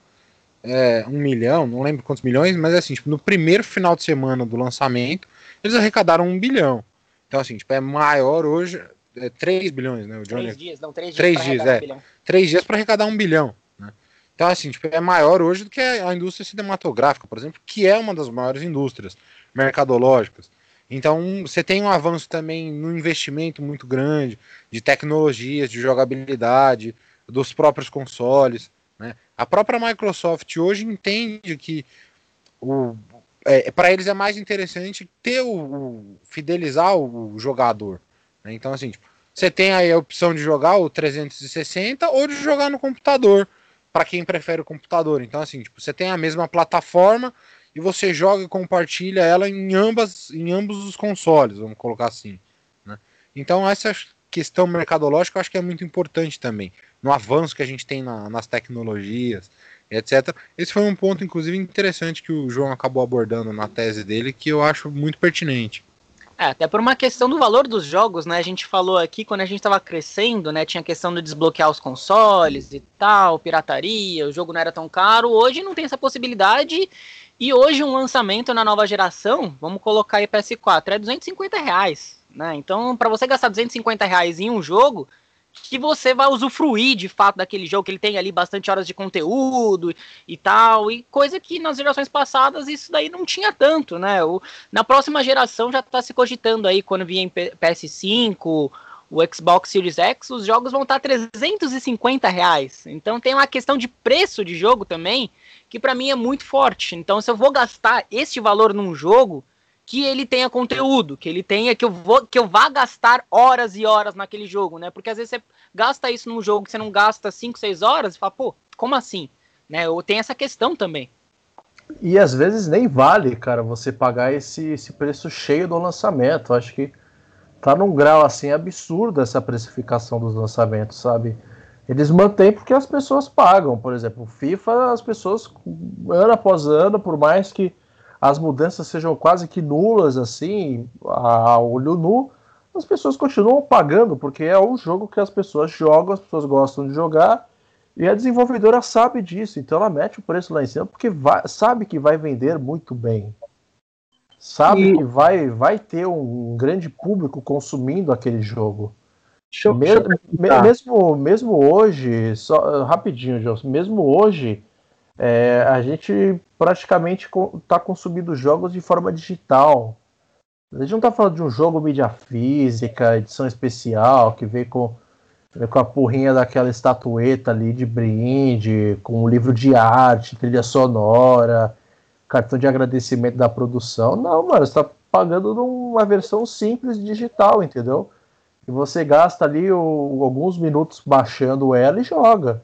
é, um milhão, não lembro quantos milhões, mas, assim, tipo, no primeiro final de semana do lançamento, eles arrecadaram um bilhão. Então, assim, tipo, é maior hoje... É, três bilhões, né? O Johnny... Três dias, não, três dias três pra dias, arrecadar é. um bilhão. Três dias para arrecadar um bilhão, né? Então, assim, tipo, é maior hoje do que a indústria cinematográfica, por exemplo, que é uma das maiores indústrias mercadológicas. Então, você tem um avanço também no investimento muito grande de tecnologias, de jogabilidade, dos próprios consoles, né? A própria Microsoft hoje entende que o, é, para eles é mais interessante ter o, o fidelizar o, o jogador, né? Então, assim, tipo, você tem aí a opção de jogar o trezentos e sessenta ou de jogar no computador, para quem prefere o computador. Então, assim, tipo, você tem a mesma plataforma e você joga e compartilha ela em, ambas, em ambos os consoles, vamos colocar assim, né? Então, essa questão mercadológica eu acho que é muito importante também, no avanço que a gente tem na, nas tecnologias, etcétera. Esse foi um ponto, inclusive, interessante que o João acabou abordando na tese dele, que eu acho muito pertinente. É, até por uma questão do valor dos jogos, né? A gente falou aqui, quando a gente tava crescendo, né? Tinha a questão de desbloquear os consoles e tal, pirataria, o jogo não era tão caro. Hoje não tem essa possibilidade. E hoje um lançamento na nova geração, vamos colocar aí P S quatro, é duzentos e cinquenta reais, né? Então, para você gastar duzentos e cinquenta reais em um jogo, que você vai usufruir de fato daquele jogo, que ele tem ali bastante horas de conteúdo e tal, e coisa que nas gerações passadas isso daí não tinha tanto, né? O, na próxima geração já tá se cogitando aí, quando vier em P S cinco, o Xbox Series X, os jogos vão estar trezentos e cinquenta reais. Então tem uma questão de preço de jogo também, que pra mim é muito forte. Então se eu vou gastar esse valor num jogo, que ele tenha conteúdo, que ele tenha, que eu vou, que eu vá gastar horas e horas naquele jogo, né? Porque às vezes você gasta isso num jogo que você não gasta cinco, seis horas e fala, pô, como assim? Né? Ou tem essa questão também. E às vezes nem vale, cara, você pagar esse, esse preço cheio do lançamento. Acho que tá num grau assim absurdo essa precificação dos lançamentos, sabe? Eles mantêm porque as pessoas pagam. Por exemplo, o FIFA, as pessoas, ano após ano, por mais que as mudanças sejam quase que nulas, assim, a olho nu, as pessoas continuam pagando, porque é um jogo que as pessoas jogam, as pessoas gostam de jogar, e a desenvolvedora sabe disso, então ela mete o preço lá em cima, porque vai, sabe que vai vender muito bem. Sabe e... que vai, vai ter um grande público consumindo aquele jogo. Show, mesmo, show. mesmo, mesmo hoje, só, rapidinho, João, mesmo hoje, é, a gente praticamente está consumindo jogos de forma digital. A gente não está falando de um jogo mídia física, edição especial, que vem com, vem com a porrinha daquela estatueta ali de brinde, com um livro de arte, trilha sonora, cartão de agradecimento da produção. Não, mano, você está pagando numa versão simples digital, entendeu? E você gasta ali o, alguns minutos baixando ela e joga.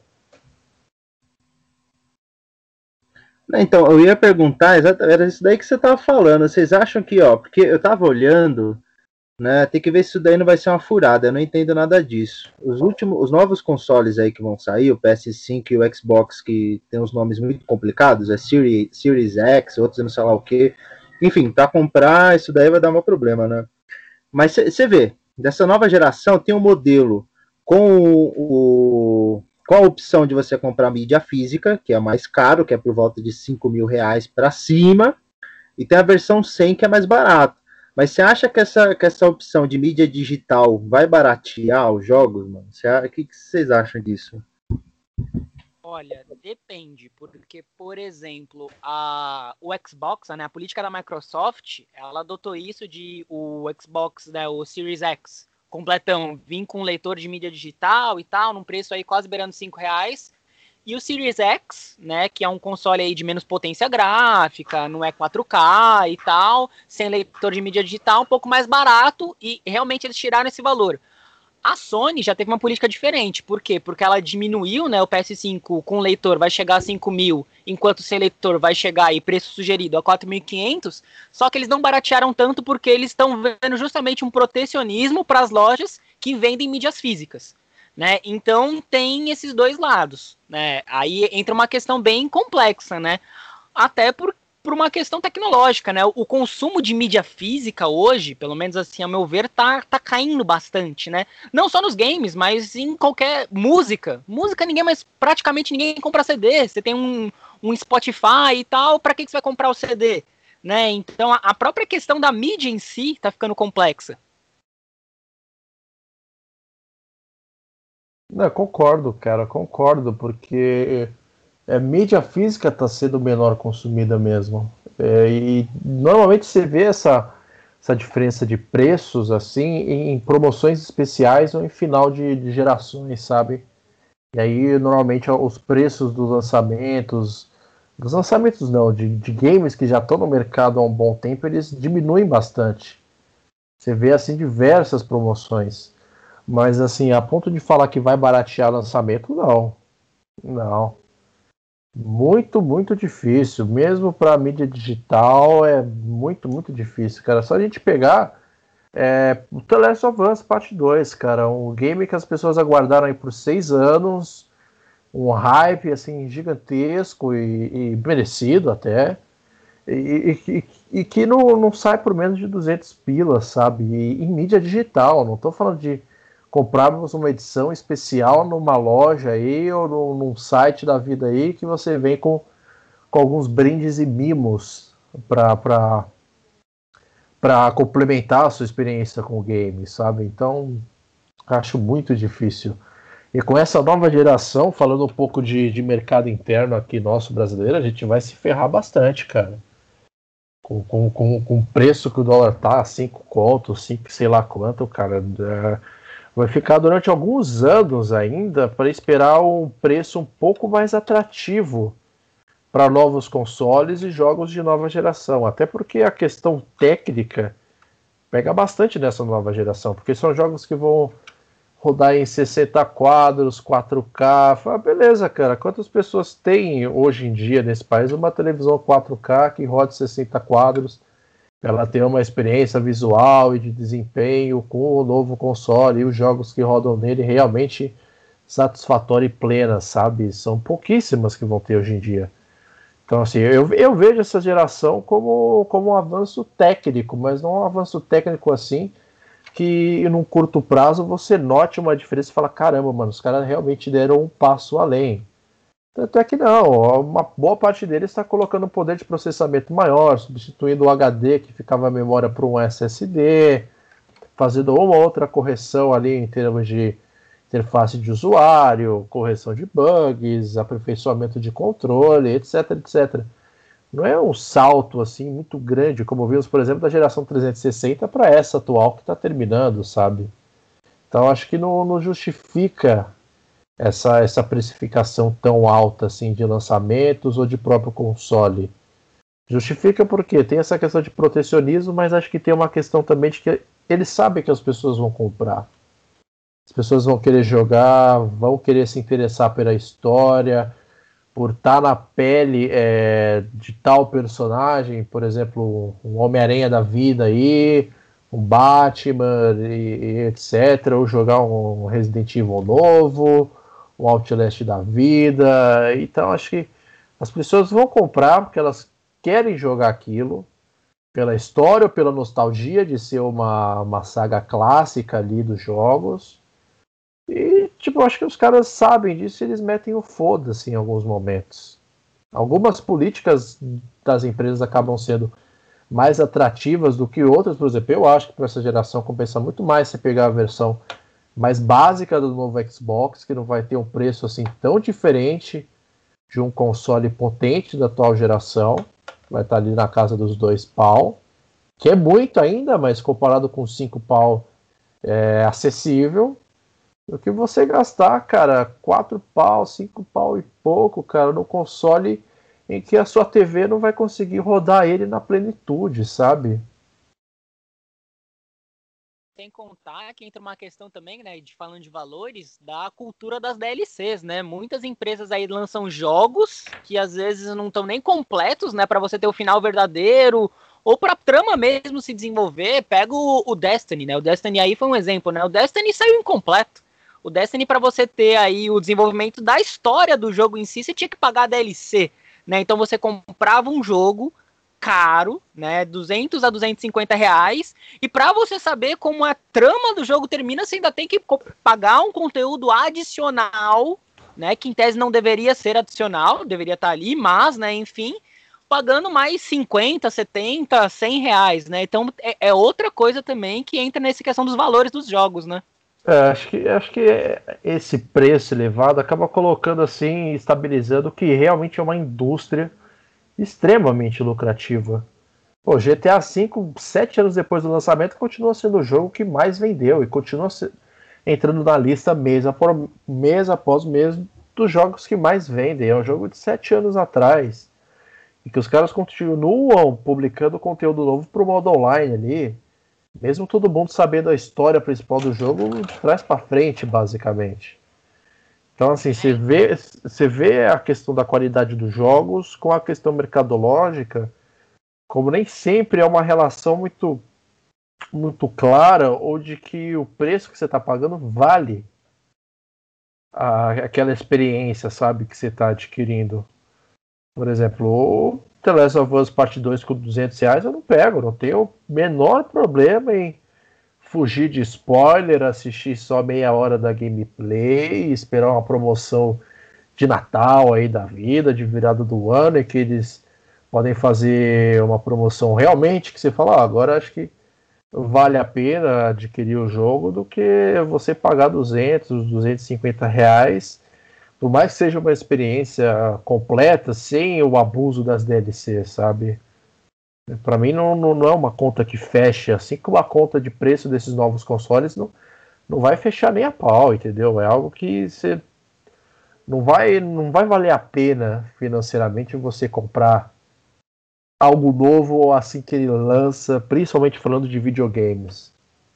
Então, eu ia perguntar, exatamente, era isso daí que você estava falando. Vocês acham que, ó, porque eu estava olhando, né, tem que ver se isso daí não vai ser uma furada, eu não entendo nada disso. Os últimos, os novos consoles aí que vão sair, o P S cinco e o Xbox, que tem uns nomes muito complicados, é Series, Series X, outros não sei lá o que. Enfim, para comprar, isso daí vai dar um problema, né? Mas você vê, dessa nova geração tem um modelo com o, com a opção de você comprar mídia física, que é mais caro, que é por volta de cinco mil reais para cima, e tem a versão cem, que é mais barato. Mas você acha que essa, que essa opção de mídia digital vai baratear os jogos, mano? Cê, o que, que vocês acham disso? Olha, depende, porque, por exemplo, a, o Xbox, né, a política da Microsoft, ela adotou isso de o Xbox, né, o Series X, completão, vir com um leitor de mídia digital e tal, num preço aí quase beirando cinco reais, e o Series X, né, que é um console aí de menos potência gráfica, não é quatro K e tal, sem leitor de mídia digital, um pouco mais barato, e realmente eles tiraram esse valor. A Sony já teve uma política diferente. Por quê? Porque ela diminuiu, né, o P S cinco com leitor vai chegar a cinco mil, enquanto sem leitor vai chegar aí, preço sugerido, a quatro mil e quinhentos, só que eles não baratearam tanto porque eles estão vendo justamente um protecionismo para as lojas que vendem mídias físicas, né? Então tem esses dois lados, né? Aí entra uma questão bem complexa, né? Até por, por uma questão tecnológica, né? O consumo de mídia física hoje, pelo menos assim, ao meu ver, tá, tá caindo bastante, né? Não só nos games, mas em qualquer música. Música ninguém mais, praticamente ninguém compra C D. Você tem um, um Spotify e tal, pra que, que você vai comprar o C D? Né? Então a, a própria questão da mídia em si tá ficando complexa. Não, concordo, cara, concordo, porque a mídia física está sendo menor consumida mesmo. É, e normalmente você vê essa, essa diferença de preços assim em promoções especiais ou em final de, de gerações, sabe? E aí normalmente os preços dos lançamentos, dos lançamentos não, de, de games que já estão no mercado há um bom tempo, eles diminuem bastante. Você vê assim diversas promoções. Mas assim, a ponto de falar que vai baratear lançamento, não. Não. Muito, muito difícil. Mesmo para mídia digital é muito, muito difícil, cara. Só a gente pegar é, o The Last of Us Parte dois, cara. Um game que as pessoas aguardaram aí por seis anos. Um hype, assim, gigantesco e, e merecido até. E, e, e que não, não sai por menos de duzentos pilas, sabe? E, em mídia digital. Não tô falando de comprarmos uma edição especial numa loja aí ou no, num site da vida aí que você vem com, com alguns brindes e mimos para para complementar a sua experiência com o game, sabe? Então, acho muito difícil. E com essa nova geração, falando um pouco de, de mercado interno aqui nosso brasileiro, a gente vai se ferrar bastante, cara. Com, com, com, com o preço que o dólar tá, cinco contos, cinco sei lá quanto, cara... É, vai ficar durante alguns anos ainda para esperar um preço um pouco mais atrativo para novos consoles e jogos de nova geração. Até porque a questão técnica pega bastante nessa nova geração, porque são jogos que vão rodar em sessenta quadros, quatro K. Fala, beleza, cara, quantas pessoas têm hoje em dia nesse país uma televisão quatro K que roda sessenta quadros? Ela tem uma experiência visual e de desempenho com o novo console e os jogos que rodam nele realmente satisfatória e plena, sabe? São pouquíssimas que vão ter hoje em dia. Então, assim, eu, eu vejo essa geração como, como um avanço técnico, mas não um avanço técnico assim que num curto prazo você note uma diferença e fala, caramba, mano, os caras realmente deram um passo além. Tanto é que não, uma boa parte deles está colocando um poder de processamento maior, substituindo o H D que ficava a memória por um S S D, fazendo uma outra correção ali em termos de interface de usuário, correção de bugs, aperfeiçoamento de controle, etc, etcétera. Não é um salto assim muito grande, como vimos, por exemplo, da geração trezentos e sessenta para essa atual que está terminando, sabe? Então acho que não, não justifica essa, essa precificação tão alta assim de lançamentos ou de próprio console. Justifica porque tem essa questão de protecionismo, mas acho que tem uma questão também de que eles sabem que as pessoas vão comprar. As pessoas vão querer jogar, vão querer se interessar pela história, por estar na pele é, de tal personagem, por exemplo, um Homem-Aranha da vida aí, um Batman, e, e etcétera, ou jogar um Resident Evil novo, um Outlast da vida. Então acho que as pessoas vão comprar porque elas querem jogar aquilo, pela história ou pela nostalgia de ser uma, uma saga clássica ali dos jogos. E, tipo, eu acho que os caras sabem disso e eles metem o foda-se em alguns momentos. Algumas políticas das empresas acabam sendo mais atrativas do que outras. Por exemplo, eu acho que para essa geração compensa muito mais você pegar a versão mais básica do novo Xbox, que não vai ter um preço assim tão diferente de um console potente da atual geração. Vai estar ali na casa dos dois pau, que é muito ainda, mas comparado com cinco pau é acessível. Do que você gastar, cara, quatro pau, cinco pau e pouco, cara, no console em que a sua T V não vai conseguir rodar ele na plenitude, sabe? Sem contar que entra uma questão também, né, de falando de valores, da cultura das D L Cs, né? Muitas empresas aí lançam jogos que às vezes não estão nem completos, né, para você ter o final verdadeiro, ou pra trama mesmo se desenvolver. Pega o, o Destiny, né? O Destiny aí foi um exemplo, né? O Destiny saiu incompleto. O Destiny, para você ter aí o desenvolvimento da história do jogo em si, você tinha que pagar a D L C, né? Então você comprava um jogo caro, né, duzentos a duzentos e cinquenta reais, e para você saber como a trama do jogo termina, você ainda tem que pagar um conteúdo adicional, né, que em tese não deveria ser adicional, deveria estar ali, mas, né, enfim, pagando mais cinquenta, setenta, cem reais, né, então é, é outra coisa também que entra nessa questão dos valores dos jogos, né. É, acho que, acho que esse preço elevado acaba colocando assim, estabilizando que realmente é uma indústria extremamente lucrativa. O G T A cinco, sete anos depois do lançamento, continua sendo o jogo que mais vendeu e continua se... entrando na lista mês após mês, após mês dos jogos que mais vendem. É um jogo de sete anos atrás e que os caras continuam publicando conteúdo novo pro modo online ali, mesmo todo mundo sabendo a história principal do jogo de trás para frente, basicamente. Então, assim, você vê, você vê a questão da qualidade dos jogos com a questão mercadológica, como nem sempre é uma relação muito, muito clara, ou de que o preço que você está pagando vale a, aquela experiência, sabe, que você está adquirindo. Por exemplo, o The Last of Us Part dois com duzentos reais eu não pego, não tenho o menor problema em fugir de spoiler, assistir só meia hora da gameplay, esperar uma promoção de Natal aí da vida, de virada do ano, e que eles podem fazer uma promoção realmente que você fala, ah, agora acho que vale a pena adquirir o jogo do que você pagar duzentos, duzentos e cinquenta reais, por mais que seja uma experiência completa, sem o abuso das D L Cs, sabe? Para mim não, não, não é uma conta que fecha, assim como a conta de preço desses novos consoles não, não vai fechar nem a pau, entendeu? É algo que você não vai, não vai valer a pena financeiramente você comprar algo novo assim que ele lança, principalmente falando de videogames.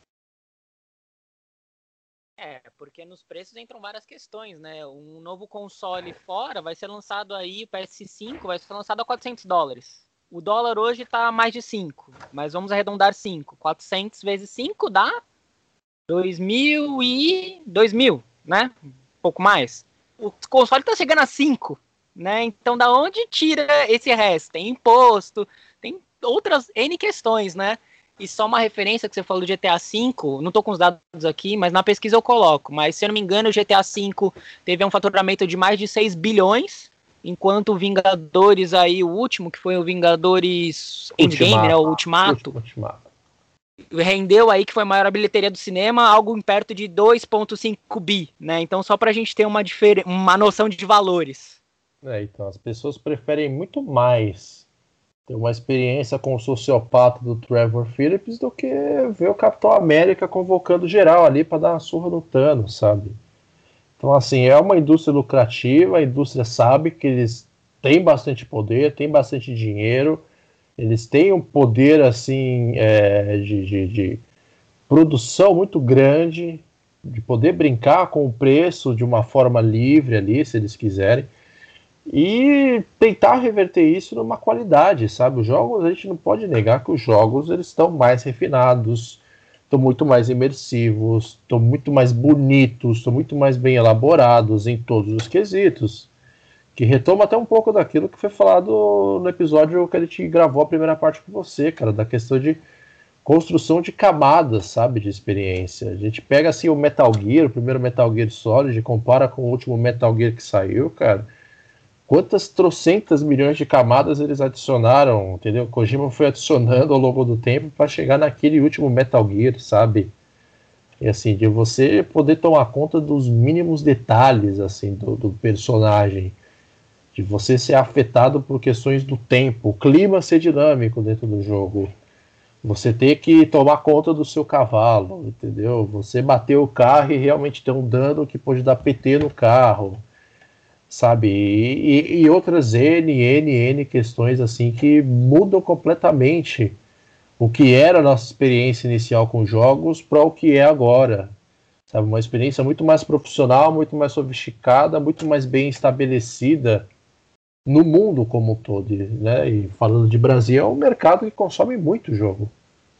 É, porque nos preços entram várias questões, né? Um novo console fora vai ser lançado aí, o P S cinco vai ser lançado a quatrocentos dólares. O dólar hoje tá mais de cinco, mas vamos arredondar cinco. quatrocentos vezes cinco dá dois mil e... dois mil, né? Um pouco mais. O console tá chegando a cinco. né? Então, da onde tira esse resto? Tem imposto, tem outras N questões, né? E só uma referência que você falou do G T A cinco, não tô com os dados aqui, mas na pesquisa eu coloco. Mas, se eu não me engano, o G T A cinco teve um faturamento de mais de seis bilhões, enquanto o Vingadores aí, o último, que foi o Vingadores Endgame, né, o Ultimato, Ultimato, rendeu aí, que foi a maior bilheteria do cinema, algo em perto de dois vírgula cinco bi, né? Então, só pra gente ter uma, difer- uma noção de valores. É, então, as pessoas preferem muito mais ter uma experiência com o sociopata do Trevor Phillips do que ver o Capitão América convocando geral ali para dar uma surra no Thanos, sabe? Então, assim, é uma indústria lucrativa, a indústria sabe que eles têm bastante poder, têm bastante dinheiro, eles têm um poder, assim, é, de, de, de produção muito grande, de poder brincar com o preço de uma forma livre ali, se eles quiserem, e tentar reverter isso numa qualidade, sabe? Os jogos, a gente não pode negar que os jogos eles estão mais refinados, estão muito mais imersivos, estão muito mais bonitos, estão muito mais bem elaborados em todos os quesitos, que retoma até um pouco daquilo que foi falado no episódio que a gente gravou a primeira parte com você, cara, da questão de construção de camadas, sabe, de experiência. A gente pega assim o Metal Gear, o primeiro Metal Gear Solid, compara com o último Metal Gear que saiu, cara. Quantas trocentas milhões de camadas eles adicionaram, entendeu? Kojima foi adicionando ao longo do tempo para chegar naquele último Metal Gear, sabe? E assim, de você poder tomar conta dos mínimos detalhes, assim, do, do personagem, de você ser afetado por questões do tempo, o clima ser dinâmico dentro do jogo, você ter que tomar conta do seu cavalo, entendeu? Você bater o carro e realmente ter um dano que pode dar P T no carro, sabe, e, e, e outras N, N, N questões assim que mudam completamente o que era a nossa experiência inicial com jogos para o que é agora, sabe, uma experiência muito mais profissional, muito mais sofisticada, muito mais bem estabelecida no mundo como um todo, né, e falando de Brasil, é um mercado que consome muito jogo,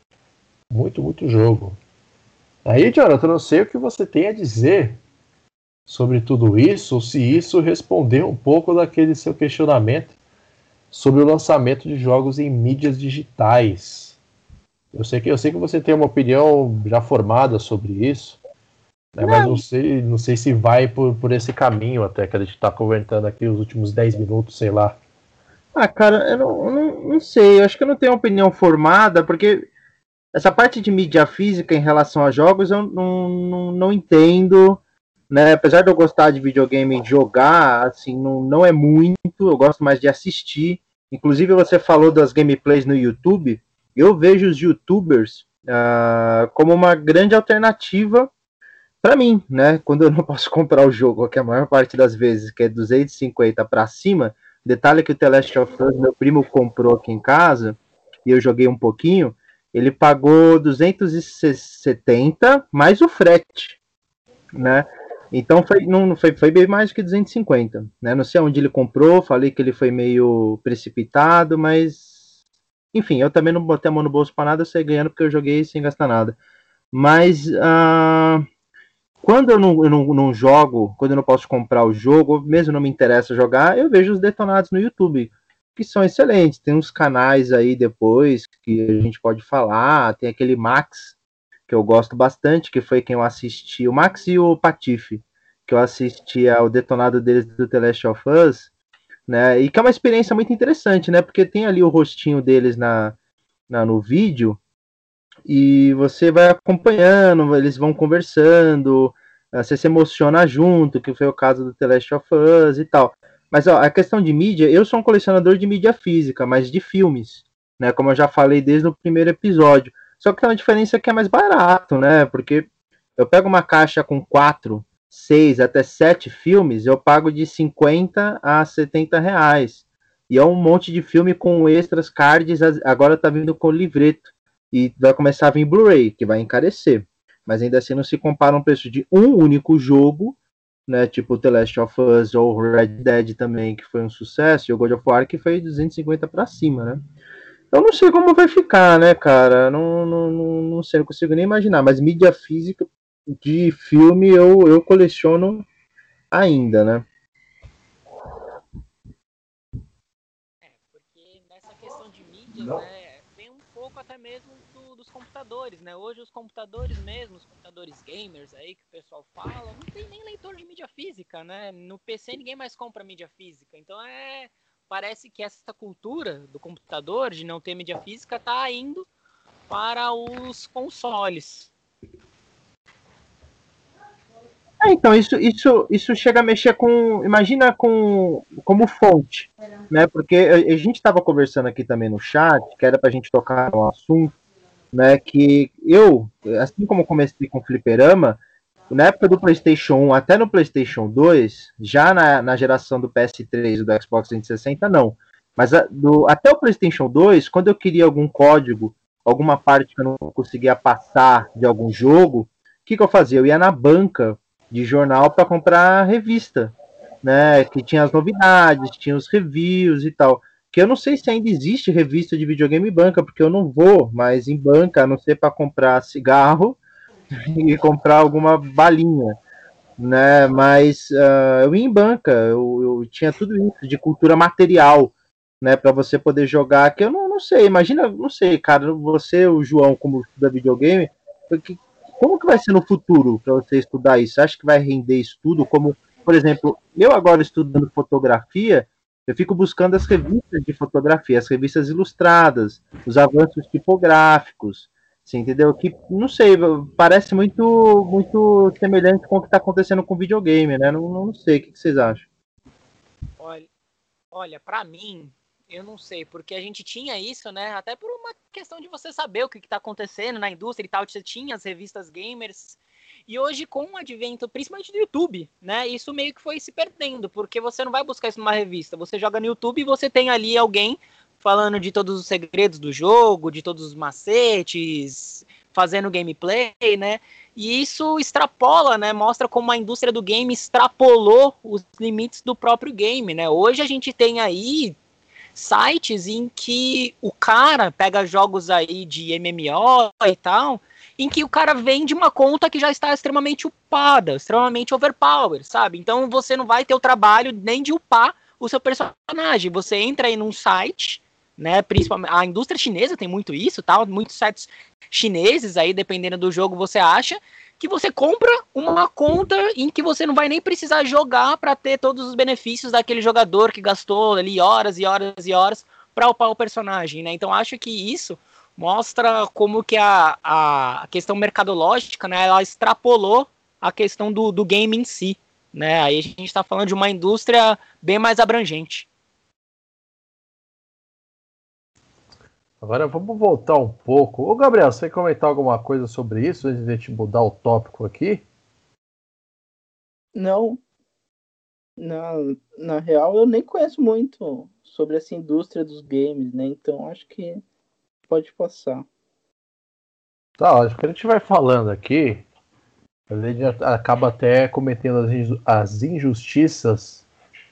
muito, muito jogo. Aí, Jonathan, eu não sei o que você tem a dizer sobre tudo isso, ou se isso respondeu um pouco daquele seu questionamento sobre o lançamento de jogos em mídias digitais. Eu sei que, eu sei que você tem uma opinião já formada sobre isso, né, mas não sei, não sei se vai por, por esse caminho até que a gente está comentando aqui os últimos dez minutos, sei lá. Ah, cara, eu não, eu não, não sei, eu acho que eu não tenho uma opinião formada, porque essa parte de mídia física em relação a jogos eu não, não, não entendo, né? Apesar de eu gostar de videogame, jogar, assim, não, não é muito, eu gosto mais de assistir. Inclusive, você falou das gameplays no YouTube, eu vejo os YouTubers uh, como uma grande alternativa para mim, né? Quando eu não posso comprar o jogo, que a maior parte das vezes, que é duzentos e cinquenta para cima, detalhe que o The Last of Us, meu primo comprou aqui em casa, e eu joguei um pouquinho, ele pagou duzentos e setenta mais o frete, né? Então foi, não, foi, foi bem mais do que duzentos e cinquenta, né? Não sei onde ele comprou, falei que ele foi meio precipitado, mas enfim, eu também não botei a mão no bolso para nada, eu saí ganhando porque eu joguei sem gastar nada. Mas uh, quando eu, não, eu não, não jogo, quando eu não posso comprar o jogo, mesmo não me interessa jogar, eu vejo os detonados no YouTube, que são excelentes. Tem uns canais aí depois que a gente pode falar, tem aquele Max, que eu gosto bastante, que foi quem eu assisti, o Max e o Patife, que eu assisti ao detonado deles do The Last of Us, né, e que é uma experiência muito interessante, né, porque tem ali o rostinho deles na, na, no vídeo, e você vai acompanhando, eles vão conversando, você se emociona junto, que foi o caso do The Last of Us e tal. Mas ó, a questão de mídia, eu sou um colecionador de mídia física, mas de filmes, né, como eu já falei desde o primeiro episódio. Só que tem uma diferença que é mais barato, né? Porque eu pego uma caixa com quatro, seis, até sete filmes, eu pago de cinquenta a setenta reais. E é um monte de filme com extras, cards, agora tá vindo com livreto. E vai começar a vir Blu-ray, que vai encarecer. Mas ainda assim não se compara um preço de um único jogo, né? Tipo The Last of Us ou Red Dead também, que foi um sucesso, e o God of War, que foi duzentos e cinquenta para cima, né? Eu não sei como vai ficar, né, cara? Não, não, não, não sei, não consigo nem imaginar. Mas mídia física de filme eu, eu coleciono ainda, né? essa questão de mídias, né, vem um pouco até mesmo do, dos computadores, né? Hoje os computadores mesmo, os computadores gamers aí que o pessoal fala, não tem nem leitor de mídia física, né? No P C ninguém mais compra mídia física. Então é, parece que essa cultura do computador de não ter mídia física tá indo para os consoles. É, então, isso, isso, isso chega a mexer com. Imagina com como fonte, né? Porque a gente estava conversando aqui também no chat, que era para a gente tocar um assunto, né? Que eu, assim como comecei com fliperama, na época do PlayStation um até no PlayStation dois, já na, na geração do P S três e do Xbox trezentos e sessenta, não. Mas a, do, até o PlayStation dois, quando eu queria algum código, alguma parte que eu não conseguia passar de algum jogo, o que, que eu fazia? Eu ia na banca de jornal para comprar revista, né? Que tinha as novidades, tinha os reviews e tal. Que eu não sei se ainda existe revista de videogame em banca, porque eu não vou mais em banca, a não ser para comprar cigarro e comprar alguma balinha, né? Mas uh, eu ia em banca, eu, eu tinha tudo isso de cultura material, né? Para você poder jogar. Que eu não, não sei, imagina, não sei, cara, você, o João, como estuda videogame, porque como que vai ser no futuro para você estudar isso? Você acha que vai render estudo? Como, por exemplo, eu agora estudando fotografia, eu fico buscando as revistas de fotografia, as revistas ilustradas, os avanços tipográficos, você entendeu? Que, não sei, parece muito, muito semelhante com o que está acontecendo com videogame, né? Não, não sei, o que vocês acham? Olha, olha, para mim, eu não sei, porque a gente tinha isso, né? Até por uma questão de você saber o que está acontecendo na indústria e tal. Você tinha as revistas gamers. E hoje, com o advento, principalmente do YouTube, né? Isso meio que foi se perdendo, porque você não vai buscar isso numa revista. Você joga no YouTube e você tem ali alguém falando de todos os segredos do jogo, de todos os macetes, fazendo gameplay, né? E isso extrapola, né? Mostra como a indústria do game extrapolou os limites do próprio game, né? Hoje a gente tem aí sites em que o cara pega jogos aí de M M O e tal, em que o cara vende uma conta que já está extremamente upada, extremamente overpower, sabe? Então você não vai ter o trabalho nem de upar o seu personagem. Você entra aí num site, né? Principalmente a indústria chinesa tem muito isso, tal, muitos sites chineses aí, dependendo do jogo, você acha que você compra uma conta em que você não vai nem precisar jogar para ter todos os benefícios daquele jogador que gastou ali horas e horas e horas para upar o personagem, né? Então acho que isso mostra como que a, a questão mercadológica, né, ela extrapolou a questão do, do game em si, né? Aí a gente está falando de uma indústria bem mais abrangente. Agora vamos voltar um pouco. Ô Gabriel, você quer comentar alguma coisa sobre isso antes de a gente mudar o tópico aqui? Não. Na, na real, eu nem conheço muito sobre essa indústria dos games, né? Então acho que pode passar. Tá, acho que a gente vai falando aqui, a gente acaba até cometendo as injustiças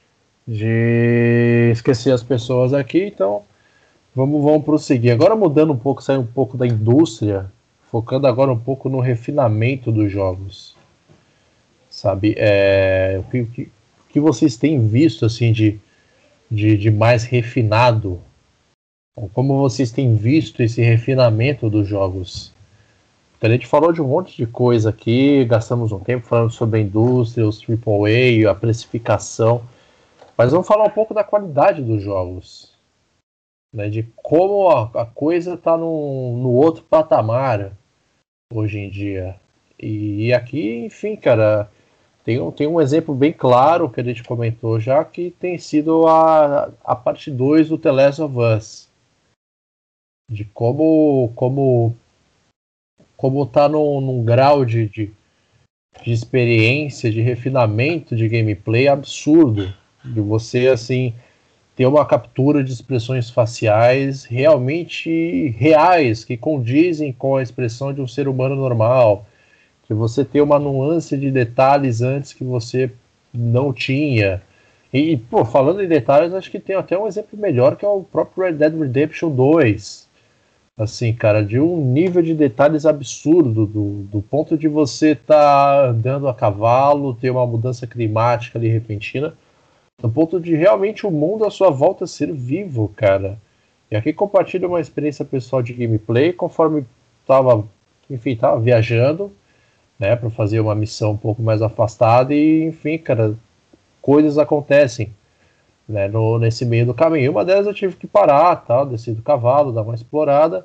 de esquecer as pessoas aqui, então vamos, vamos prosseguir. Agora mudando um pouco, saindo um pouco da indústria, focando agora um pouco no refinamento dos jogos. Sabe, é, o, que, o que vocês têm visto assim de, de, de mais refinado? Como vocês têm visto esse refinamento dos jogos? A gente falou de um monte de coisa aqui, gastamos um tempo falando sobre a indústria, os triplo A, a precificação, mas vamos falar um pouco da qualidade dos jogos, né, de como a, a coisa está no, no outro patamar hoje em dia. E, e aqui, enfim, cara, tem um, tem um exemplo bem claro que a gente comentou já, que tem sido a, a parte dois do The Last of Us. De como como como tá num, num grau de, de, de experiência, de refinamento de gameplay absurdo, de você assim ter uma captura de expressões faciais realmente reais, que condizem com a expressão de um ser humano normal, que você ter uma nuance de detalhes antes que você não tinha. E, pô, falando em detalhes, acho que tem até um exemplo melhor, que é o próprio Red Dead Redemption dois. Assim, cara, de um nível de detalhes absurdo, do, do ponto de você estar tá andando a cavalo, ter uma mudança climática ali repentina, do ponto de realmente o mundo à sua volta ser vivo, cara. E aqui compartilho uma experiência pessoal de gameplay, conforme estava, enfim, tava viajando, né, para fazer uma missão um pouco mais afastada e, enfim, cara, coisas acontecem, né, no, nesse meio do caminho. Uma delas eu tive que parar, tal, descer do cavalo, dar uma explorada.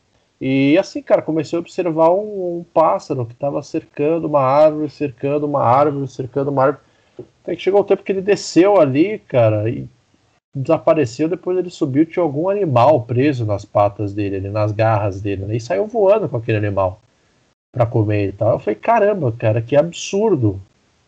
E assim, cara, comecei a observar um, um pássaro que estava cercando uma árvore, cercando uma árvore, cercando uma árvore. Até que chegou o tempo que ele desceu ali, cara, e desapareceu. Depois ele subiu, tinha algum animal preso nas patas dele, ali, nas garras dele, né, e saiu voando com aquele animal para comer e tal. Eu falei, caramba, cara, que absurdo.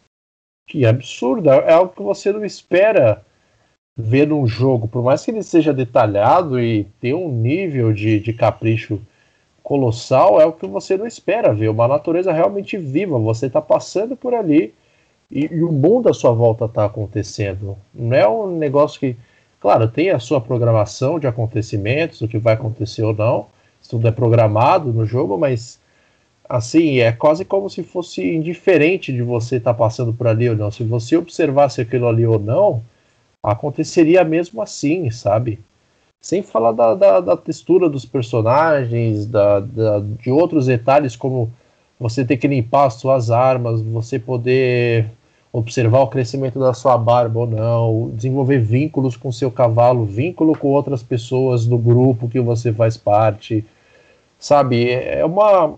Que absurdo. É algo que você não espera ver num jogo. Por mais que ele seja detalhado e tenha um nível de, de capricho colossal, é o que você não espera ver, uma natureza realmente viva, você está passando por ali e, e o mundo à sua volta está acontecendo, não é um negócio que, claro, tem a sua programação de acontecimentos, o que vai acontecer ou não, isso tudo é programado no jogo, mas assim, é quase como se fosse indiferente de você estar tá passando por ali ou não, se você observasse aquilo ali ou não, aconteceria mesmo assim, sabe? Sem falar da, da, da textura dos personagens, da, da, de outros detalhes, como você ter que limpar as suas armas, você poder observar o crescimento da sua barba ou não, desenvolver vínculos com seu cavalo, vínculo com outras pessoas do grupo que você faz parte, sabe? É uma,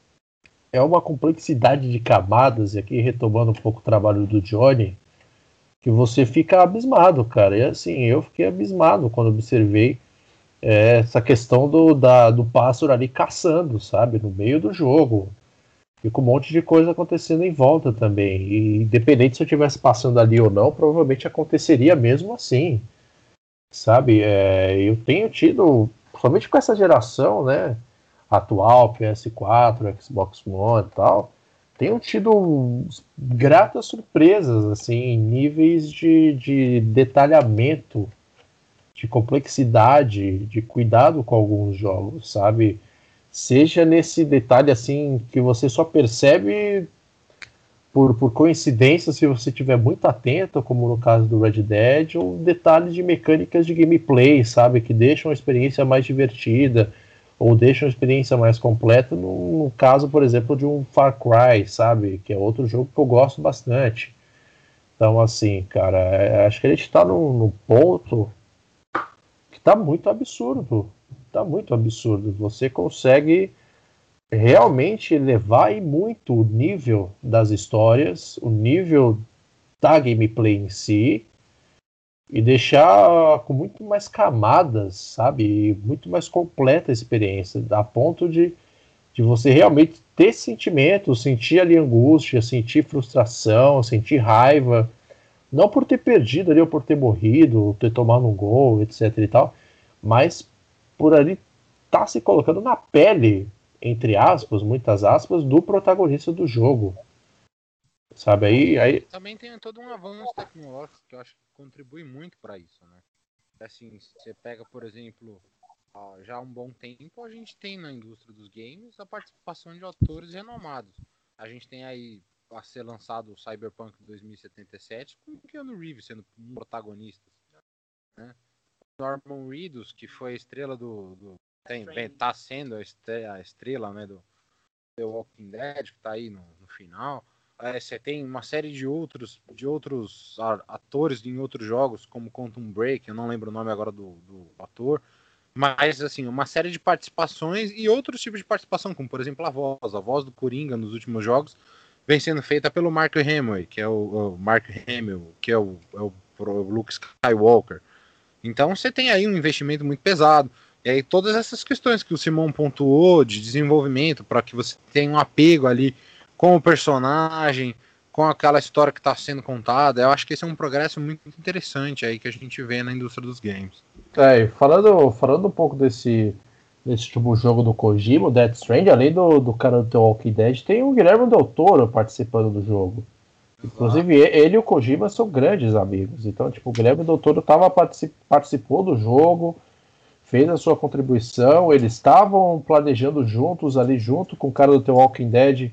é uma complexidade de camadas, e aqui retomando um pouco o trabalho do Johnny, que você fica abismado, cara. E assim, eu fiquei abismado quando observei é, essa questão do, da, do pássaro ali caçando, sabe, no meio do jogo. E com um monte de coisa acontecendo em volta também. E independente se eu estivesse passando ali ou não, provavelmente aconteceria mesmo assim, sabe. É, eu tenho tido, somente com essa geração, né, atual, P S quatro, Xbox One e tal, tenho tido gratas surpresas, assim, em níveis de, de detalhamento, de complexidade, de cuidado com alguns jogos, sabe? Seja nesse detalhe, assim, que você só percebe por, por coincidência se você estiver muito atento, como no caso do Red Dead, ou detalhes de mecânicas de gameplay, sabe? Que deixam a experiência mais divertida, ou deixam a experiência mais completa, no, no caso, por exemplo, de um Far Cry, sabe, que é outro jogo que eu gosto bastante. Então, assim, cara, é, acho que a gente tá num, num ponto que tá muito absurdo, tá muito absurdo. Você consegue realmente elevar e muito o nível das histórias, o nível da gameplay em si, e deixar com muito mais camadas, sabe? E muito mais completa a experiência, a ponto de, de você realmente ter sentimento, sentir ali angústia, sentir frustração, sentir raiva, não por ter perdido ali, ou por ter morrido, ou ter tomado um gol, etc e tal, mas por ali estar se colocando na pele, entre aspas, muitas aspas, do protagonista do jogo. Sabe, aí, aí... Também tem todo um avanço tecnológico que eu acho que contribui muito para isso, né? Assim, você pega, por exemplo, ó, já há um bom tempo a gente tem na indústria dos games a participação de autores renomados. A gente tem aí a ser lançado o Cyberpunk dois mil e setenta e sete com o Keanu Reeves sendo um protagonista, né? Norman Reedus, que foi a estrela do... do tem, bem, tá sendo a estrela, a estrela, né, do The Walking Dead, que tá aí no, no final. É, você tem uma série de outros, de outros atores em outros jogos, como Quantum Break, eu não lembro o nome agora do, do ator, mas assim, uma série de participações e outros tipos de participação, como por exemplo a voz, a voz do Coringa nos últimos jogos vem sendo feita pelo Mark Hamill, que é o, o Mark Hamill, que é o, é o, o Luke Skywalker. Então você tem aí um investimento muito pesado. E aí todas essas questões que o Simão pontuou de desenvolvimento para que você tenha um apego ali com o personagem, com aquela história que está sendo contada, eu acho que esse é um progresso muito interessante aí que a gente vê na indústria dos games. É, falando, falando um pouco desse, desse tipo de jogo do Kojima, o Death Stranding, além do, do cara do The Walking Dead, tem o Guillermo del Toro participando do jogo. Inclusive, ele e o Kojima são grandes amigos. Então, tipo, o Guillermo del Toro tava, particip, participou do jogo, fez a sua contribuição, eles estavam planejando juntos, ali junto com o cara do The Walking Dead.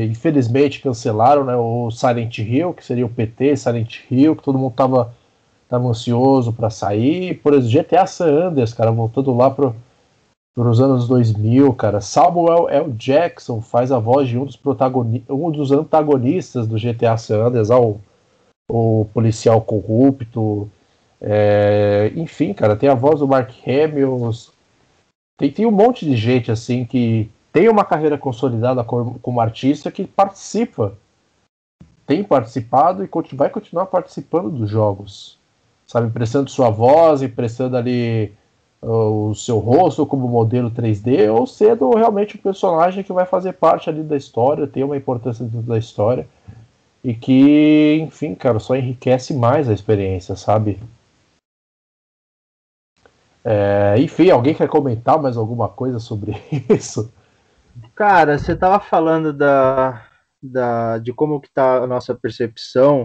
Infelizmente cancelaram, né, o Silent Hill, que seria o P T, Silent Hill, que todo mundo tava tava ansioso para sair. Por exemplo, G T A San Andreas, cara, voltando lá pro, pros anos dois mil, cara. Samuel L. Jackson faz a voz de um dos, protagoni- um dos antagonistas do G T A San Andreas, ao, o policial corrupto. É, enfim, cara, tem a voz do Mark Hamill. Tem, tem um monte de gente assim que tem uma carreira consolidada como, como artista que participa, tem participado e vai continuar participando dos jogos, sabe, emprestando sua voz, emprestando ali uh, o seu rosto como modelo três D, ou sendo realmente um personagem que vai fazer parte ali da história, tem uma importância dentro da história e que, enfim, cara, só enriquece mais a experiência, sabe? É, enfim, alguém quer comentar mais alguma coisa sobre isso? Cara, você tava falando da, da, de como que tá a nossa percepção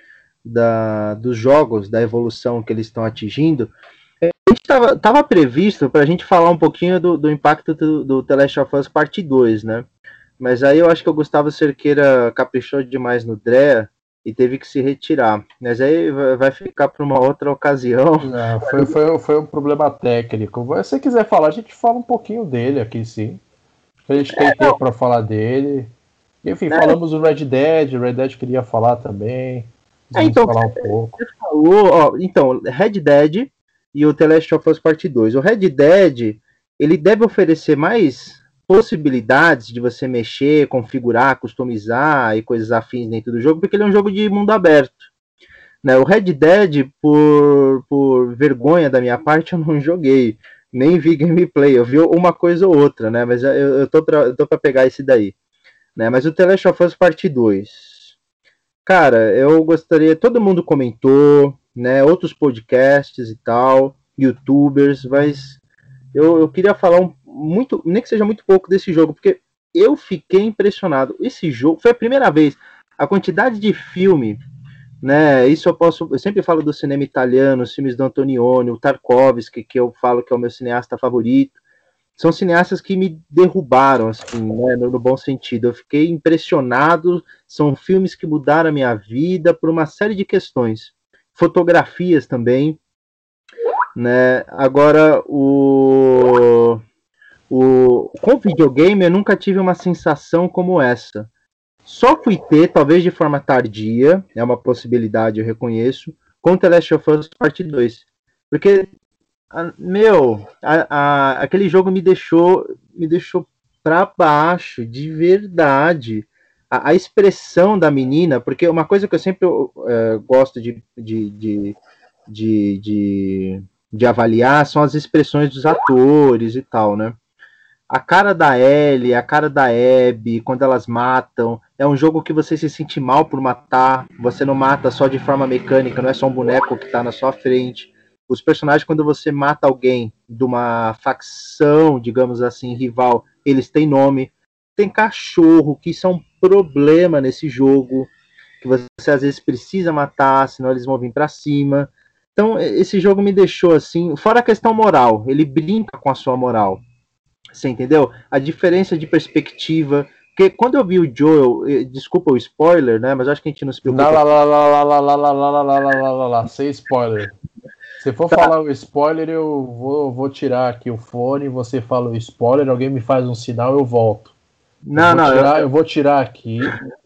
da, dos jogos, da evolução que eles estão atingindo. A gente tava, tava previsto para a gente falar um pouquinho do, do impacto do, do The Last of Us Parte dois, né? Mas aí eu acho que o Gustavo Cerqueira caprichou demais no Drea e teve que se retirar. Mas aí vai ficar para uma outra ocasião. Não, foi, foi, foi um problema técnico. Se você quiser falar, a gente fala um pouquinho dele aqui, sim. A gente tem é, tempo para falar dele. Enfim, é. falamos do Red Dead. Red Dead queria falar também. É, então, falar um pouco. Você falou, ó, então, Red Dead e o The Last of Us Part dois. O Red Dead, ele deve oferecer mais possibilidades de você mexer, configurar, customizar e coisas afins dentro do jogo, porque ele é um jogo de mundo aberto. Né? O Red Dead, por, por vergonha da minha parte, eu não joguei. Nem vi gameplay, eu vi uma coisa ou outra, né? Mas eu, eu tô pra, eu tô pra pegar esse daí. Né? Mas o The Last of Us Part dois. Cara, eu gostaria... Todo mundo comentou, né? Outros podcasts e tal, youtubers, mas eu, eu queria falar um, muito, nem que seja muito pouco desse jogo, porque eu fiquei impressionado. Esse jogo foi a primeira vez. A quantidade de filme... Né, isso eu posso, eu sempre falo do cinema italiano, os filmes do Antonioni, o Tarkovsky, que eu falo que é o meu cineasta favorito, são cineastas que me derrubaram, assim, né, no, no bom sentido. Eu fiquei impressionado, são filmes que mudaram a minha vida por uma série de questões, fotografias também, né. Agora o, o com videogame eu nunca tive uma sensação como essa. Só fui ter, talvez de forma tardia, é uma possibilidade, eu reconheço, com The Last of Us Part dois. Porque, a, meu, a, a, aquele jogo me deixou, me deixou pra baixo, de verdade. A, a expressão da menina, porque uma coisa que eu sempre uh, gosto de, de, de, de, de, de avaliar são as expressões dos atores e tal, né? A cara da Ellie, a cara da Abby, quando elas matam, é um jogo que você se sente mal por matar, você não mata só de forma mecânica, não é só um boneco que está na sua frente. Os personagens, quando você mata alguém de uma facção, digamos assim, rival, eles têm nome. Tem cachorro, que isso é um problema nesse jogo, que você às vezes precisa matar, senão eles vão vir para cima. Então, esse jogo me deixou assim, fora a questão moral, ele brinca com a sua moral. Você entendeu? A diferença de perspectiva. Porque quando eu vi o Joel, desculpa o spoiler, né? Mas acho que a gente não se preocupa. Lá, lá, lá, lá, lá, lá, lá, lá, lá, lá, lá, lá, lá, sem spoiler. Se for tá. falar o spoiler, eu vou, vou tirar aqui o fone, você fala o spoiler, alguém me faz um sinal, eu volto. Não, eu não. Tirar, eu... eu vou tirar aqui.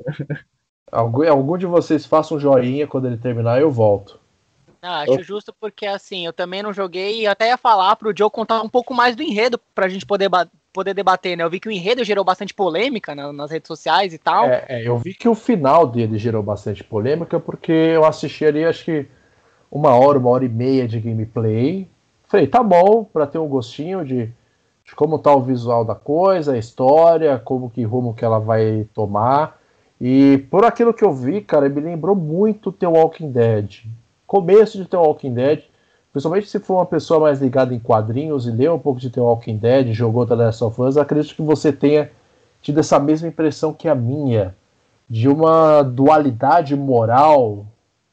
algum, algum de vocês faça um joinha quando ele terminar, eu volto. Ah, acho eu... justo porque, assim, eu também não joguei e até ia falar pro Joe contar um pouco mais do enredo pra gente poder, poder debater, né? Eu vi que o enredo gerou bastante polêmica na, nas redes sociais e tal. É, é, eu vi que o final dele gerou bastante polêmica porque eu assisti ali, acho que uma hora, uma hora e meia de gameplay. Falei, tá bom, pra ter um gostinho de, de como tá o visual da coisa, a história, como que rumo que ela vai tomar. E por aquilo que eu vi, cara, me lembrou muito The Walking Dead. Começo de The Walking Dead, principalmente se for uma pessoa mais ligada em quadrinhos e leu um pouco de The Walking Dead, jogou The Last of Us, acredito que você tenha tido essa mesma impressão que a minha, de uma dualidade moral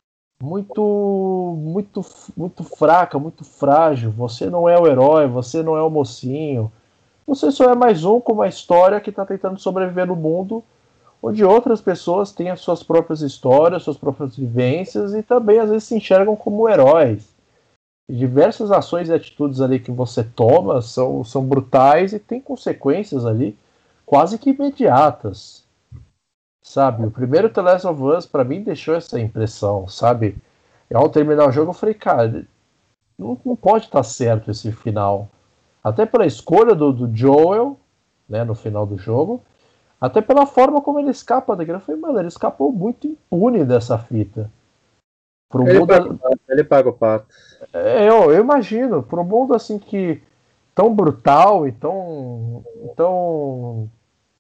muito, muito, muito fraca, muito frágil. Você não é o herói, você não é o mocinho, você só é mais um com uma história que está tentando sobreviver no mundo onde outras pessoas têm as suas próprias histórias, suas próprias vivências e também às vezes se enxergam como heróis. E diversas ações e atitudes ali que você toma são, são brutais e tem consequências ali quase que imediatas. Sabe, o primeiro The Last of Us pra mim deixou essa impressão, sabe? E ao terminar o jogo eu falei, cara, não, não pode estar certo esse final. Até pela escolha do, do Joel, né, no final do jogo, até pela forma como ele escapa daquilo. Eu falei, mano, ele escapou muito impune dessa fita. Pro Ele, mundo, paga o pato, ele paga o pato. É, eu, eu imagino, pro mundo assim que tão brutal e tão, tão,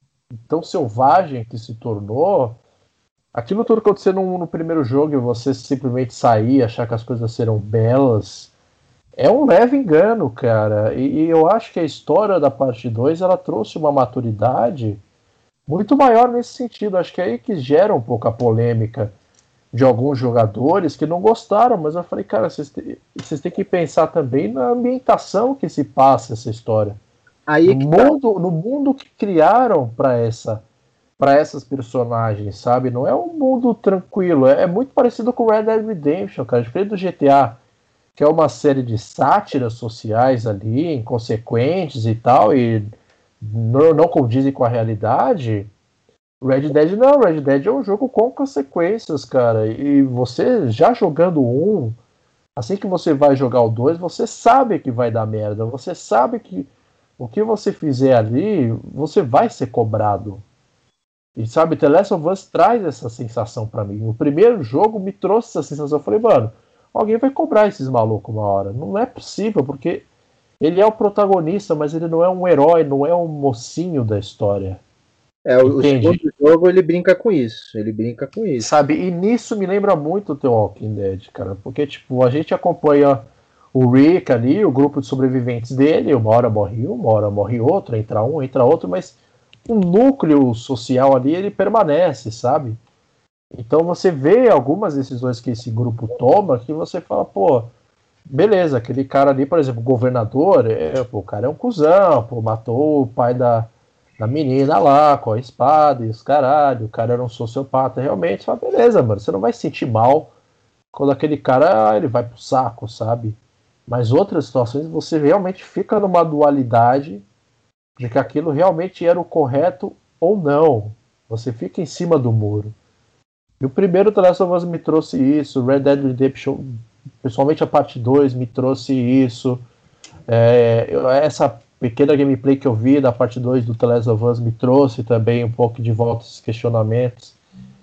tão selvagem que se tornou, aquilo tudo acontecer no, no primeiro jogo e você simplesmente sair, achar que as coisas serão belas, é um leve engano, cara. E, e eu acho que a história da parte dois, ela trouxe uma maturidade muito maior nesse sentido. Acho que é aí que gera um pouco a polêmica de alguns jogadores que não gostaram, mas eu falei, cara, vocês, te, vocês têm que pensar também na ambientação que se passa essa história. Aí no, mundo, tá. no mundo que criaram para essa, para essas personagens, sabe? Não é um mundo tranquilo, é, é muito parecido com Red Dead Redemption, cara, diferente do G T A, que é uma série de sátiras sociais ali, inconsequentes e tal, e não, não condizem com a realidade. Red Dead não, Red Dead é um jogo com consequências, cara, e você já jogando um, assim que você vai jogar o dois, você sabe que vai dar merda, você sabe que o que você fizer ali, você vai ser cobrado. E sabe, The Last of Us traz essa sensação pra mim. O primeiro jogo me trouxe essa sensação, eu falei, mano, alguém vai cobrar esses malucos uma hora, não é possível, porque ele é o protagonista, mas ele não é um herói, não é um mocinho da história. É, o, o segundo jogo ele brinca com isso, ele brinca com isso. Sabe, e nisso me lembra muito o The Walking Dead, cara, porque, tipo, a gente acompanha o Rick ali, o grupo de sobreviventes dele, uma hora morre um, uma hora morre outro, entra um, entra outro, mas o núcleo social ali, ele permanece, sabe? Então você vê algumas decisões que esse grupo toma que você fala, pô, beleza, aquele cara ali, por exemplo, o governador, é, pô, o cara é um cuzão, pô, matou o pai da da menina lá, com a espada e os caralho, o cara era um sociopata, realmente, fala, beleza, mano, você não vai se sentir mal quando aquele cara, ele vai pro saco, sabe? Mas outras situações, você realmente fica numa dualidade de que aquilo realmente era o correto ou não. Você fica em cima do muro. E o primeiro The Last of Us me trouxe isso, Red Dead Redemption, pessoalmente a parte dois, me trouxe isso, é, essa pequena gameplay que eu vi da parte dois do The Last of Us me trouxe também um pouco de volta esses questionamentos.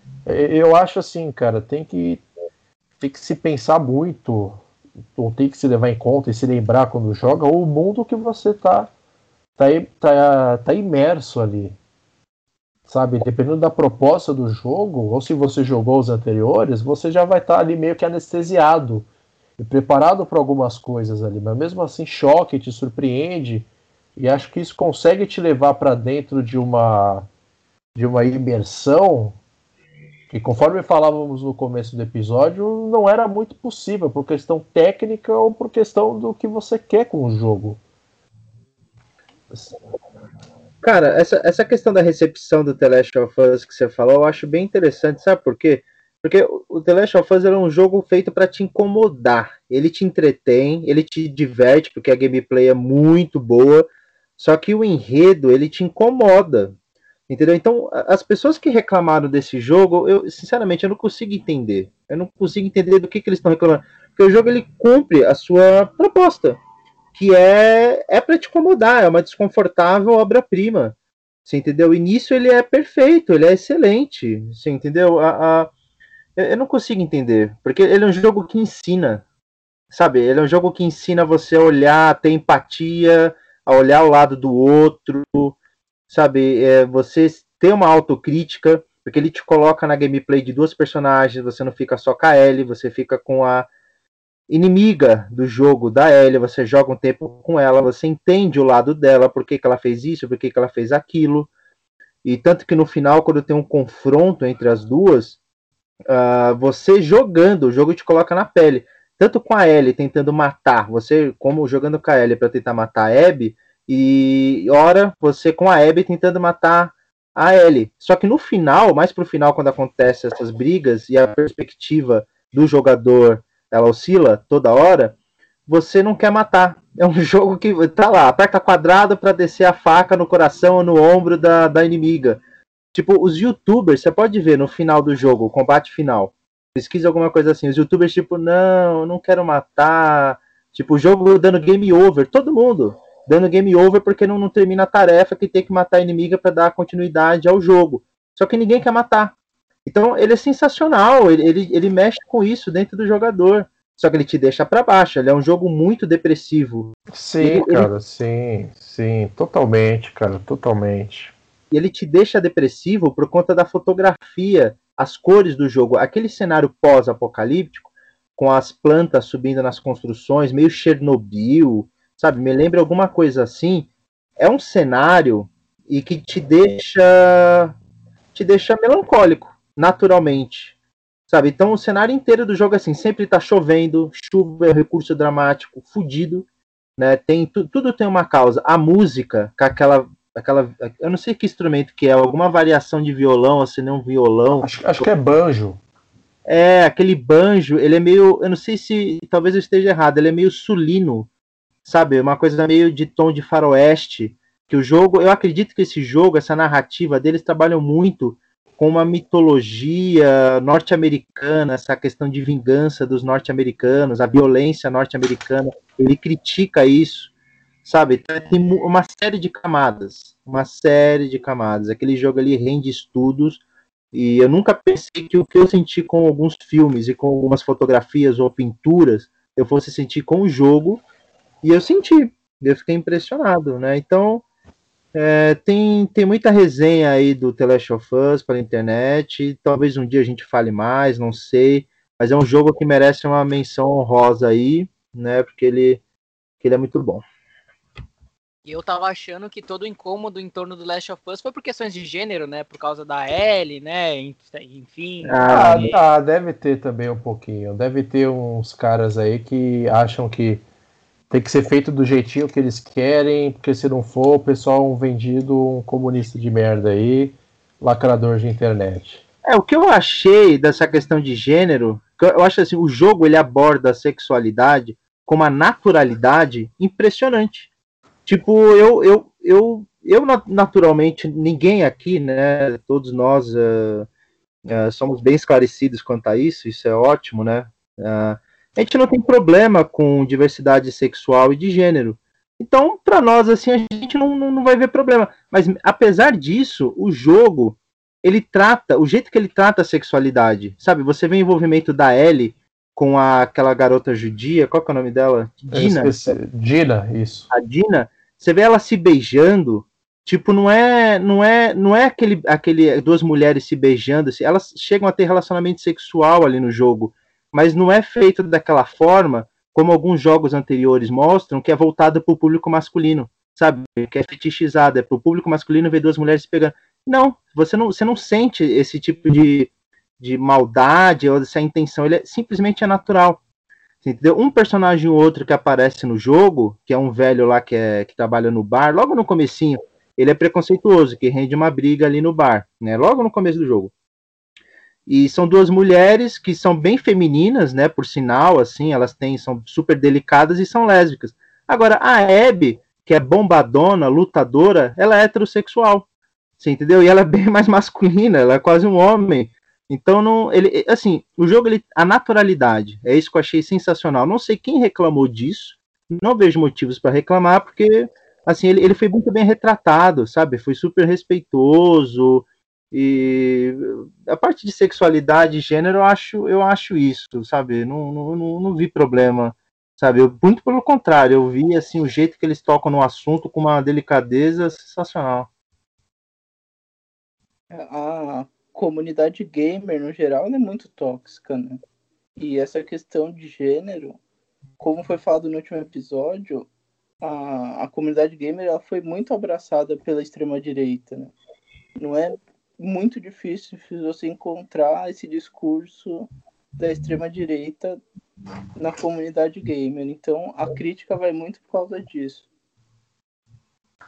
Eu acho assim, cara, tem que, tem que se pensar muito, ou tem que se levar em conta e se lembrar quando joga o mundo que você tá, tá, tá, tá imerso ali. Sabe, dependendo da proposta do jogo, ou se você jogou os anteriores, você já vai estar ali meio que anestesiado e preparado para algumas coisas ali, mas mesmo assim choque, te surpreende. E acho que isso consegue te levar para dentro de uma, de uma imersão que, conforme falávamos no começo do episódio, não era muito possível por questão técnica ou por questão do que você quer com o jogo. Cara, essa, essa questão da recepção do The Last of Us que você falou, eu acho bem interessante, sabe por quê? Porque o The Last of Us era um jogo feito para te incomodar. Ele te entretém, ele te diverte, porque a gameplay é muito boa. Só que o enredo, ele te incomoda, entendeu? Então, as pessoas que reclamaram desse jogo, eu, sinceramente, eu não consigo entender. Eu não consigo entender do que, que eles estão reclamando. Porque o jogo, ele cumpre a sua proposta, que é, é para te incomodar, é uma desconfortável obra-prima, você entendeu? E nisso ele é perfeito, ele é excelente, você entendeu? A, a, eu não consigo entender, porque ele é um jogo que ensina, sabe? Ele é um jogo que ensina você a olhar, ter empatia, a olhar ao lado do outro, sabe, é, você ter uma autocrítica, porque ele te coloca na gameplay de duas personagens, você não fica só com a Ellie, você fica com a inimiga do jogo da Ellie, você joga um tempo com ela, você entende o lado dela, por que, que ela fez isso, por que, que ela fez aquilo, e tanto que no final, quando tem um confronto entre as duas, uh, você jogando, o jogo te coloca na pele, tanto com a Ellie tentando matar, você como jogando com a Ellie para tentar matar a Abby, e ora você com a Abby tentando matar a Ellie. Só que no final, mais pro final, quando acontece essas brigas e a perspectiva do jogador, ela oscila toda hora, você não quer matar. É um jogo que tá lá, aperta quadrado para descer a faca no coração ou no ombro da, da inimiga. Tipo, os youtubers, você pode ver no final do jogo, o combate final, pesquisa alguma coisa assim, os youtubers tipo, não, não quero matar, tipo, o jogo dando game over, todo mundo dando game over porque não, não termina a tarefa que tem que matar a inimiga para dar continuidade ao jogo. Só que ninguém quer matar. Então ele é sensacional, ele, ele, ele mexe com isso dentro do jogador. Só que ele te deixa para baixo, ele é um jogo muito depressivo. Sim, ele, cara, ele... sim, sim, totalmente, cara, totalmente. E ele te deixa depressivo por conta da fotografia, as cores do jogo. Aquele cenário pós-apocalíptico, com as plantas subindo nas construções, meio Chernobyl, sabe? Me lembra alguma coisa assim. É um cenário e que te deixa, te deixa melancólico, naturalmente. Sabe? Então o cenário inteiro do jogo assim, sempre tá chovendo, chuva é um recurso dramático, fudido, né? Tem, tu, tudo tem uma causa. A música, com aquela, aquela. Eu não sei que instrumento que é, alguma variação de violão, assim, não um violão. Acho, acho que é banjo. É, aquele banjo, ele é meio. Eu não sei se. Talvez eu esteja errado, ele é meio sulino, sabe? Uma coisa meio de tom de faroeste. Que o jogo. Eu acredito que esse jogo, essa narrativa deles, trabalham muito com uma mitologia norte-americana, essa questão de vingança dos norte-americanos, a violência norte-americana. Ele critica isso, sabe? Tem uma série de camadas, uma série de camadas. Aquele jogo ali rende estudos, e eu nunca pensei que o que eu senti com alguns filmes e com algumas fotografias ou pinturas, eu fosse sentir com o jogo, e eu senti, eu fiquei impressionado, né? Então, é, tem, tem muita resenha aí do The Last of Us pela internet, talvez um dia a gente fale mais, não sei, mas é um jogo que merece uma menção honrosa aí, né? Porque ele, que ele é muito bom. E eu tava achando que todo o incômodo em torno do Last of Us foi por questões de gênero, né? Por causa da Ellie, né? Enfim. Ah, e... ah, deve ter também um pouquinho. Deve ter uns caras aí que acham que tem que ser feito do jeitinho que eles querem, porque se não for, o pessoal é um vendido, um comunista de merda aí, lacrador de internet. É, o que eu achei dessa questão de gênero, eu acho assim, o jogo ele aborda a sexualidade com uma naturalidade impressionante. Tipo, eu, eu, eu, eu naturalmente, ninguém aqui, né, todos nós uh, uh, somos bem esclarecidos quanto a isso, isso é ótimo, né? Uh, a gente não tem problema com diversidade sexual e de gênero. Então, para nós, assim, a gente não, não, não vai ver problema. Mas, apesar disso, o jogo, ele trata, o jeito que ele trata a sexualidade, sabe? Você vê o envolvimento da Ellie com a, aquela garota judia, qual que é o nome dela? Dina. Dina, isso. A Dina, você vê ela se beijando, tipo, não é, não é, não é aquele, aquele duas mulheres se beijando, assim, elas chegam a ter relacionamento sexual ali no jogo, mas não é feito daquela forma como alguns jogos anteriores mostram, que é voltado para o público masculino, sabe? Que é fetichizado, é para o público masculino ver duas mulheres se pegando. Não, você não, você não sente esse tipo de, de maldade ou essa intenção, ele é, simplesmente é natural. Entendeu? Um personagem ou outro que aparece no jogo, que é um velho lá que, é, que trabalha no bar, logo no comecinho, ele é preconceituoso, que rende uma briga ali no bar, né? Logo no começo do jogo. E são duas mulheres que são bem femininas, né? Por sinal, assim, elas têm, são super delicadas e são lésbicas. Agora, a Abby, que é bombadona, lutadora, ela é heterossexual. Você entendeu? E ela é bem mais masculina, ela é quase um homem. Então, não, ele, assim, o jogo, ele, a naturalidade, é isso que eu achei sensacional. Não sei quem reclamou disso, não vejo motivos para reclamar, porque, assim, ele, ele foi muito bem retratado, sabe? Foi super respeitoso, e a parte de sexualidade e gênero, eu acho, eu acho isso, sabe? Não, não, não, não vi problema, sabe? Eu, muito pelo contrário, eu vi, assim, o jeito que eles tocam no assunto com uma delicadeza sensacional. A comunidade gamer, no geral, ela é muito tóxica, né? E essa questão de gênero, como foi falado no último episódio, a, a comunidade gamer ela foi muito abraçada pela extrema-direita, né? Não é muito difícil você encontrar esse discurso da extrema-direita na comunidade gamer. Então, a crítica vai muito por causa disso.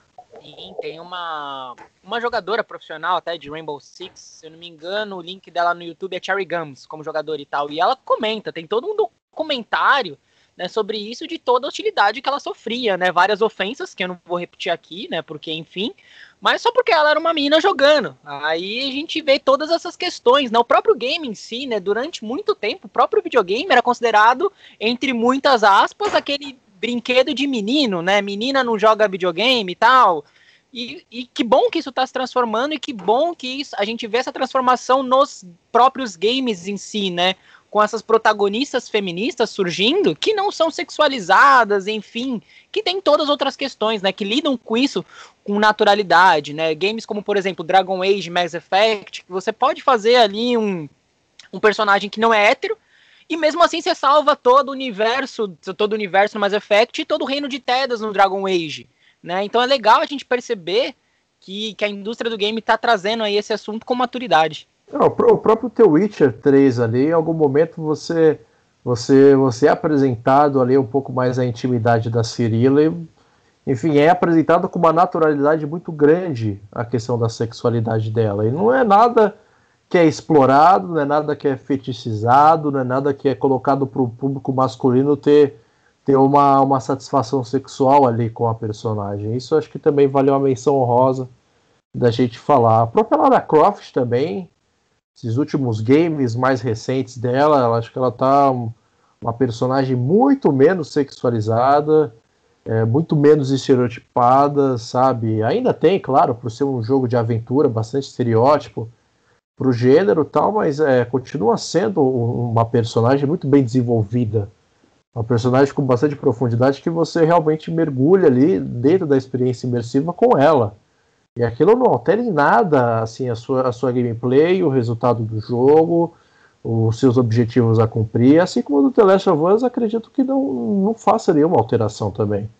Sim, tem uma, uma jogadora profissional até de Rainbow Six, se eu não me engano, o link dela no YouTube é Cherry Gums, como jogadora e tal, e ela comenta, tem todo um documentário, né, sobre isso, de toda a hostilidade que ela sofria, né, várias ofensas, que eu não vou repetir aqui, né, porque enfim, mas só porque ela era uma menina jogando. Aí a gente vê todas essas questões, né, o próprio game em si, né, durante muito tempo, o próprio videogame era considerado, entre muitas aspas, aquele brinquedo de menino, né, menina não joga videogame e tal, e, e que bom que isso está se transformando, e que bom que isso, a gente vê essa transformação nos próprios games em si, né, com essas protagonistas feministas surgindo, que não são sexualizadas, enfim, que tem todas as outras questões, né, que lidam com isso com naturalidade, né, games como, por exemplo, Dragon Age, Mass Effect, que você pode fazer ali um, um personagem que não é hétero, e mesmo assim você salva todo o universo, todo o universo no Mass Effect e todo o reino de Thedas no Dragon Age, né, então é legal a gente perceber que, que a indústria do game está trazendo aí esse assunto com maturidade. Não, o próprio The Witcher três ali, em algum momento você, você, você é apresentado ali um pouco mais a intimidade da Cirilla e, enfim, é apresentado com uma naturalidade muito grande a questão da sexualidade dela. E não é nada que é explorado, não é nada que é fetichizado, não é nada que é colocado para o público masculino ter, ter uma, uma satisfação sexual ali com a personagem. Isso acho que também valeu uma menção honrosa da gente falar. A própria Lara Croft também, esses últimos games mais recentes dela, eu acho que ela tá uma personagem muito menos sexualizada, é, muito menos estereotipada, sabe? Ainda tem, claro, por ser um jogo de aventura, bastante estereótipo pro gênero e tal, mas é, continua sendo uma personagem muito bem desenvolvida. Uma personagem com bastante profundidade que você realmente mergulha ali dentro da experiência imersiva com ela. E aquilo não altera em nada assim, a, sua, a sua gameplay, o resultado do jogo, os seus objetivos a cumprir, assim como no The Last of Us, acredito que não, não faça nenhuma alteração também.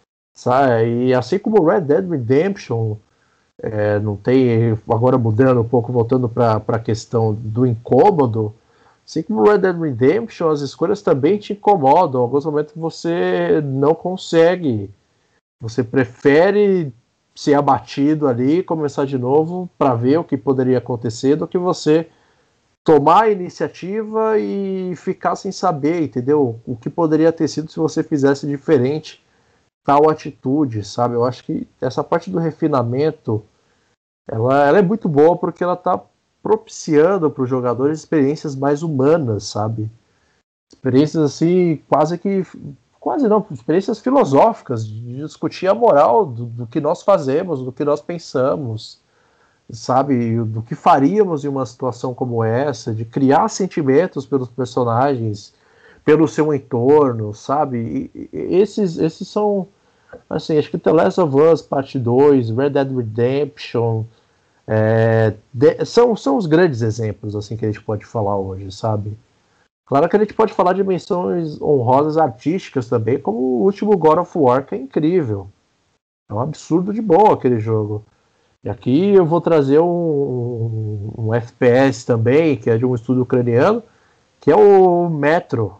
Sabe? E assim como Red Dead Redemption, é, não tem, agora mudando um pouco, voltando para a questão do incômodo, assim como Red Dead Redemption, as escolhas também te incomodam. Em alguns momentos você não consegue, você prefere ser abatido ali, começar de novo para ver o que poderia acontecer, do que você tomar a iniciativa e ficar sem saber, entendeu? O que poderia ter sido se você fizesse diferente tal atitude, sabe? Eu acho que essa parte do refinamento, ela, ela é muito boa porque ela está propiciando para os jogadores experiências mais humanas, sabe? Experiências assim, quase que quase não, experiências filosóficas, de discutir a moral do, do que nós fazemos, do que nós pensamos, sabe, do que faríamos em uma situação como essa, de criar sentimentos pelos personagens, pelo seu entorno, sabe, e, e esses, esses são, assim, acho que The Last of Us Parte dois, Red Dead Redemption, é, de, são, são os grandes exemplos, assim, que a gente pode falar hoje, sabe. Claro que a gente pode falar de menções honrosas artísticas também, como o último God of War, que é incrível. É um absurdo de bom aquele jogo. E aqui eu vou trazer um, um F P S também, que é de um estúdio ucraniano, que é o Metro.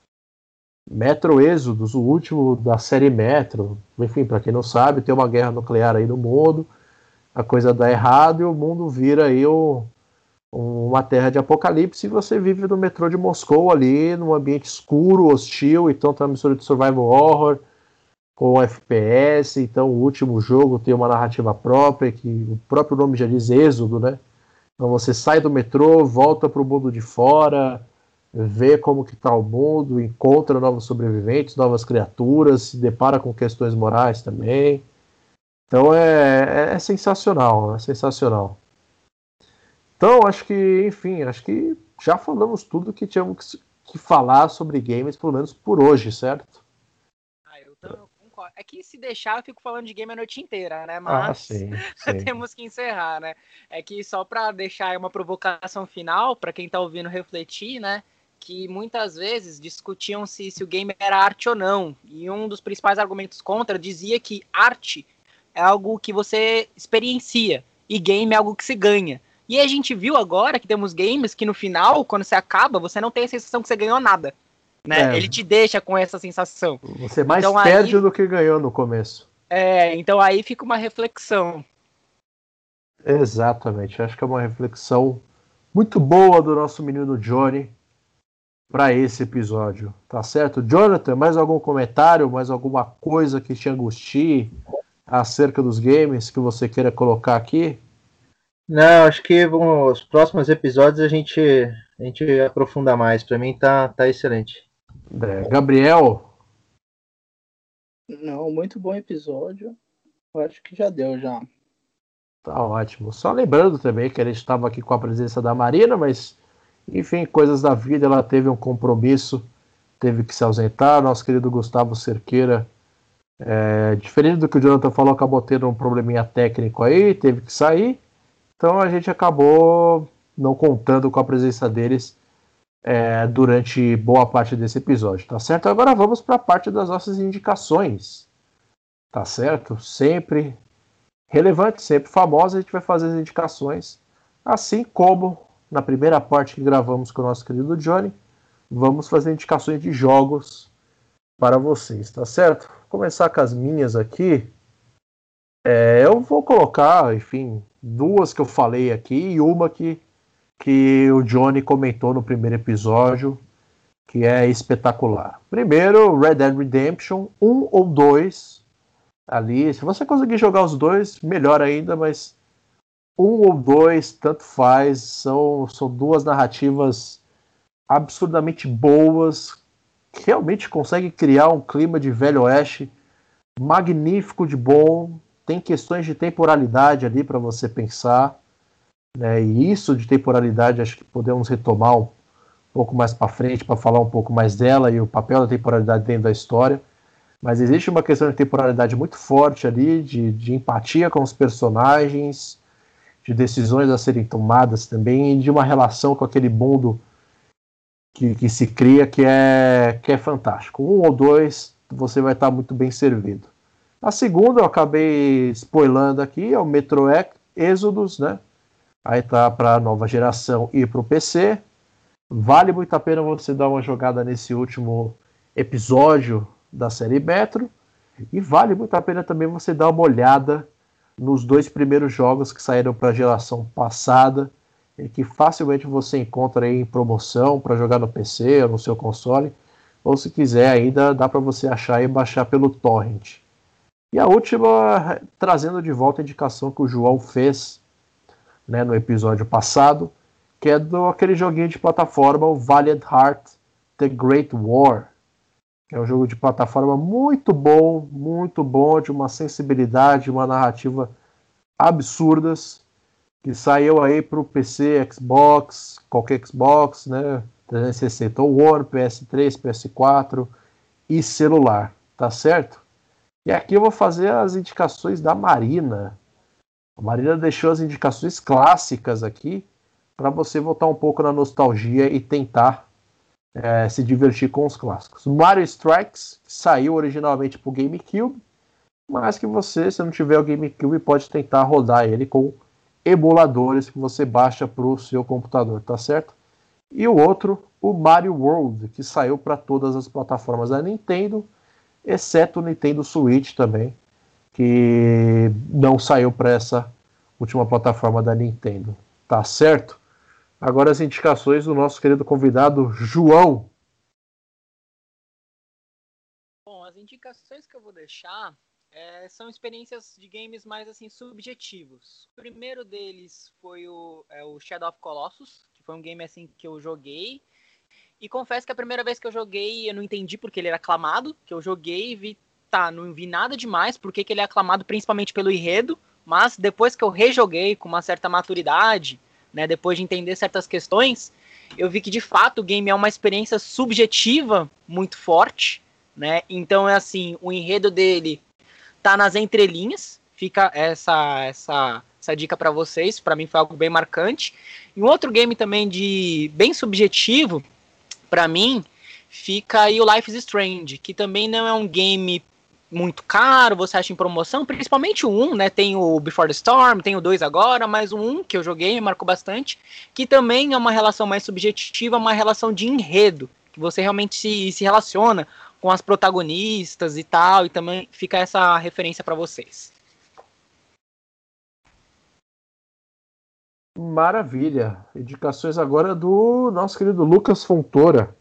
Metro Exodus, o último da série Metro. Enfim, para quem não sabe, tem uma guerra nuclear aí no mundo, a coisa dá errado e o mundo vira aí o... uma terra de apocalipse, e você vive no metrô de Moscou ali, num ambiente escuro, hostil, então tem uma mistura de survival horror com F P S, então o último jogo tem uma narrativa própria, que o próprio nome já diz êxodo, né? Então você sai do metrô, volta para o mundo de fora, vê como que está o mundo, encontra novos sobreviventes, novas criaturas, se depara com questões morais também. Então é, é sensacional, é sensacional. Então, acho que, enfim, acho que já falamos tudo que tínhamos que falar sobre games, pelo menos por hoje, certo? Ah, eu, tô, eu concordo. É que se deixar, eu fico falando de game a noite inteira, né? Mas ah, sim, sim. temos que encerrar, né? É que só para deixar uma provocação final, para quem tá ouvindo refletir, né? Que muitas vezes discutiam se, se o game era arte ou não. E um dos principais argumentos contra dizia que arte é algo que você experiencia e game é algo que se ganha. E a gente viu agora que temos games que no final, quando você acaba, você não tem a sensação que você ganhou nada. Né? É. Ele te deixa com essa sensação. Você mais então, perde aí... do que ganhou no começo. É, então aí fica uma reflexão. Exatamente, acho que é uma reflexão muito boa do nosso menino Johnny para esse episódio, tá certo? Jonathan, mais algum comentário, mais alguma coisa que te angustie acerca dos games que você queira colocar aqui? Não, acho que bom, os próximos episódios a gente, a gente aprofunda mais. Para mim tá, tá excelente. É, Gabriel? Não, muito bom episódio. Eu acho que já deu, já. Tá ótimo. Só lembrando também que a gente estava aqui com a presença da Marina, mas, enfim, coisas da vida, ela teve um compromisso, teve que se ausentar. Nosso querido Gustavo Cerqueira, é, diferente do que o Jonathan falou, acabou tendo um probleminha técnico aí, teve que sair. Então a gente acabou não contando com a presença deles é, durante boa parte desse episódio, tá certo? Agora vamos para a parte das nossas indicações, tá certo? Sempre relevante, sempre famosa, a gente vai fazer as indicações, assim como na primeira parte que gravamos com o nosso querido Johnny, vamos fazer indicações de jogos para vocês, tá certo? Vou começar com as minhas aqui. É, eu vou colocar, enfim, duas que eu falei aqui e uma que, que o Johnny comentou no primeiro episódio, que é espetacular. Primeiro, Red Dead Redemption um ou dois. Ali, se você conseguir jogar os dois, melhor ainda, mas um ou dois, tanto faz, são, são duas narrativas absurdamente boas, que realmente conseguem criar um clima de Velho Oeste magnífico de bom. Tem questões de temporalidade ali para você pensar, né? E isso de temporalidade acho que podemos retomar um pouco mais para frente para falar um pouco mais dela e o papel da temporalidade dentro da história. Mas existe uma questão de temporalidade muito forte ali, de, de empatia com os personagens, de decisões a serem tomadas também, e de uma relação com aquele mundo que, que se cria que é, que é fantástico. Um ou dois, você vai estar muito bem servido. A segunda, eu acabei spoilando aqui, é o Metro Exodus, né? Aí tá para a nova geração e para o P C. Vale muito a pena você dar uma jogada nesse último episódio da série Metro. E vale muito a pena também você dar uma olhada nos dois primeiros jogos que saíram para a geração passada e que facilmente você encontra aí em promoção para jogar no P C ou no seu console. Ou se quiser ainda, dá para você achar e baixar pelo torrent. E a última, trazendo de volta a indicação que o João fez, né, no episódio passado, que é do aquele joguinho de plataforma, o Valiant Heart The Great War. Que é um jogo de plataforma muito bom, muito bom, de uma sensibilidade, uma narrativa absurdas, que saiu aí para o P C, Xbox, qualquer Xbox, né, trezentos e sessenta, One, P S três, P S quatro e celular, tá certo? E aqui eu vou fazer as indicações da Marina. A Marina deixou as indicações clássicas aqui para você voltar um pouco na nostalgia e tentar é, se divertir com os clássicos. Mario Strikes, que saiu originalmente para o GameCube, mas que você, se não tiver o GameCube, pode tentar rodar ele com emuladores que você baixa para o seu computador, tá certo? E o outro, o Mario World, que saiu para todas as plataformas da Nintendo, exceto o Nintendo Switch também, que não saiu para essa última plataforma da Nintendo. Tá certo? Agora as indicações do nosso querido convidado João. Bom, as indicações que eu vou deixar é, são experiências de games mais assim subjetivos. O primeiro deles foi o, é, o Shadow of Colossus, que foi um game assim que eu joguei. E confesso que a primeira vez que eu joguei, eu não entendi porque ele era aclamado, que eu joguei e vi, tá, não vi nada demais, porque que ele é aclamado principalmente pelo enredo, mas depois que eu rejoguei com uma certa maturidade, né, depois de entender certas questões, eu vi que de fato o game é uma experiência subjetiva muito forte, né, então é assim, o enredo dele tá nas entrelinhas, fica essa, essa, essa dica para vocês, para mim foi algo bem marcante. E um outro game também de bem subjetivo, para mim, fica aí o Life is Strange, que também não é um game muito caro, você acha em promoção, principalmente o um, né, tem o Before the Storm, tem o dois agora, mas o um que eu joguei me marcou bastante, que também é uma relação mais subjetiva, uma relação de enredo, que você realmente se, se relaciona com as protagonistas e tal, e também fica essa referência para vocês. Maravilha. Indicações agora do nosso querido Lucas Fontoura.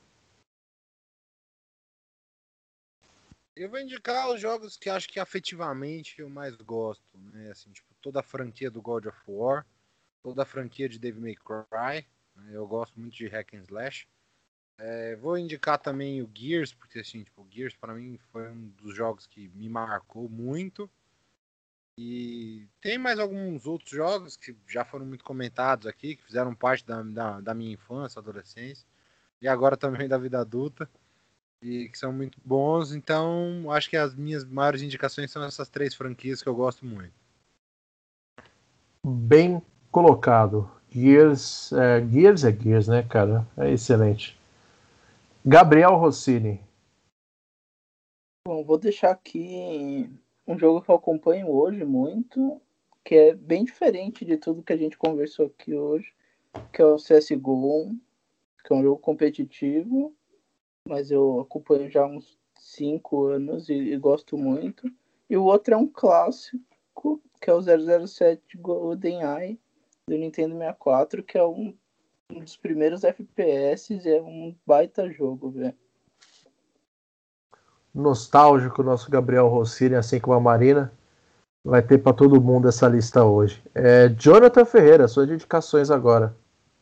Eu vou indicar os jogos que acho que afetivamente eu mais gosto, né? Assim, tipo, toda a franquia do God of War, toda a franquia de Devil May Cry, né? Eu gosto muito de Hack and Slash. É, vou indicar também o Gears, porque assim, tipo, o Gears para mim foi um dos jogos que me marcou muito. E tem mais alguns outros jogos que já foram muito comentados aqui, que fizeram parte da, da, da minha infância, adolescência, e agora também da vida adulta, e que são muito bons. Então, acho que as minhas maiores indicações são essas três franquias que eu gosto muito. Bem colocado. Gears é, Gears é Gears, né, cara? É excelente. Gabriel Rossini. Bom, vou deixar aqui um jogo que eu acompanho hoje muito, que é bem diferente de tudo que a gente conversou aqui hoje, que é o C S G O, que é um jogo competitivo, mas eu acompanho já há uns cinco anos e, e gosto muito. E o outro é um clássico, que é o zero zero sete GoldenEye, do Nintendo sessenta e quatro, que é um, um dos primeiros F P S, e é um baita jogo, velho. Nostálgico, nosso Gabriel Rossini, assim como a Marina. Vai ter para todo mundo essa lista hoje. É, Jonathan Ferreira, suas indicações agora.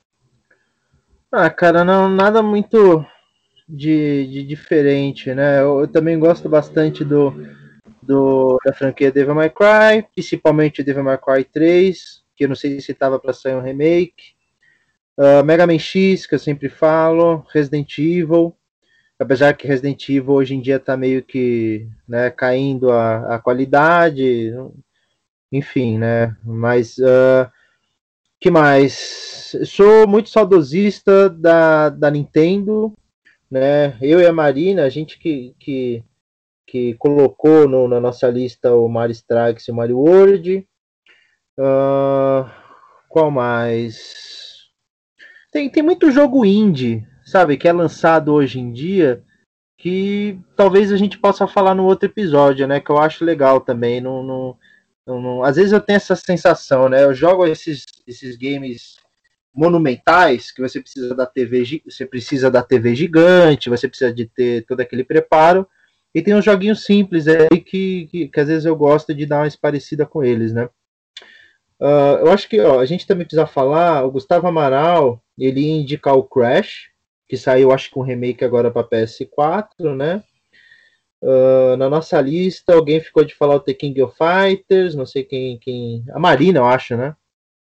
Ah, cara, não, nada muito de, de diferente, né? Eu, eu também gosto bastante do, do da franquia Devil May Cry, principalmente Devil May Cry três, que eu não sei se estava para sair um remake. Uh, Mega Man X, que eu sempre falo, Resident Evil. Apesar que Resident Evil hoje em dia está meio que, né, caindo a, a qualidade, enfim, né? Mas uh, que mais? Sou muito saudosista da, da Nintendo, né? Eu e a Marina, a gente que, que, que colocou no, na nossa lista o Mario Strikes e o Mario World. Uh, qual mais? Tem, tem muito jogo indie, sabe, que é lançado hoje em dia, que talvez a gente possa falar no outro episódio, né, que eu acho legal também. Não, não, não, não, às vezes eu tenho essa sensação, né, eu jogo esses, esses games monumentais, que você precisa da T V, você precisa da T V gigante, você precisa de ter todo aquele preparo, e tem uns joguinhos simples aí que, que, que às vezes eu gosto de dar uma parecida com eles, né. Uh, eu acho que ó, a gente também precisa falar, o Gustavo Amaral, ele ia indicar o Crash, que saiu, acho que um remake agora para P S quatro, né? Uh, na nossa lista, alguém ficou de falar o The King of Fighters, não sei quem, quem... A Marina, eu acho, né?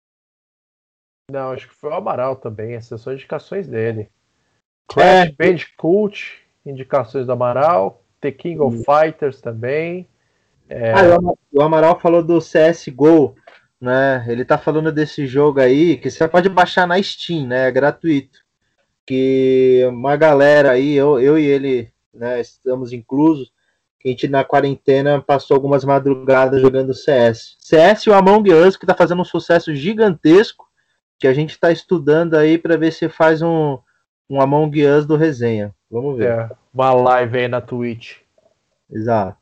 Não, acho que foi o Amaral também, essas são indicações dele. Crash é. Bandicoot, indicações do Amaral, The King of Fighters também. É... Ah, o Amaral falou do C S G O, né? Ele tá falando desse jogo aí, que você pode baixar na Steam, né? É gratuito. Que uma galera aí, eu, eu e ele, né, estamos inclusos, que a gente na quarentena passou algumas madrugadas jogando C S. C S e o Among Us, que tá fazendo um sucesso gigantesco, que a gente tá estudando aí para ver se faz um, um Among Us do Resenha. Vamos ver. É, uma live aí na Twitch. Exato.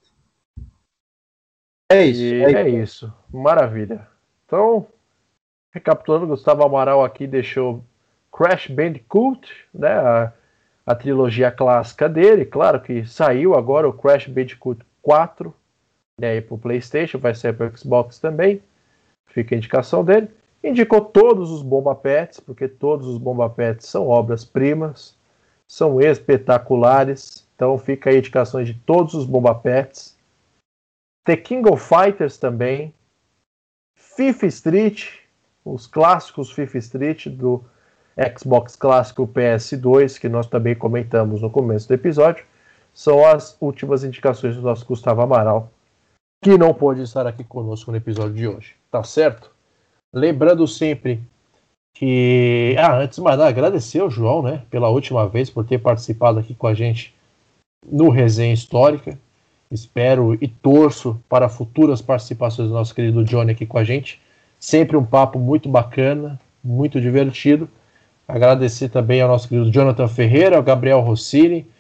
É isso. E é, é isso. Maravilha. Então, recapitulando, Gustavo Amaral aqui deixou Crash Bandicoot, né, a, a trilogia clássica dele. Claro que saiu agora o Crash Bandicoot quatro, né, para o PlayStation, vai sair para o Xbox também. Fica a indicação dele. Indicou todos os Bomba Pets, porque todos os Bomba Pets são obras-primas, são espetaculares. Então fica aí a indicação de todos os Bomba Pets. The King of Fighters também. FIFA Street, os clássicos FIFA Street do Xbox clássico P S dois, que nós também comentamos no começo do episódio, são as últimas indicações do nosso Gustavo Amaral, que não pôde estar aqui conosco no episódio de hoje, tá certo? Lembrando sempre que, ah, antes de mais nada, agradecer ao João, né, pela última vez, por ter participado aqui com a gente no Resenha Histórica. Espero e torço para futuras participações do nosso querido Johnny aqui com a gente. Sempre um papo muito bacana, muito divertido. Agradecer também ao nosso querido Jonathan Ferreira, ao Gabriel Rossini,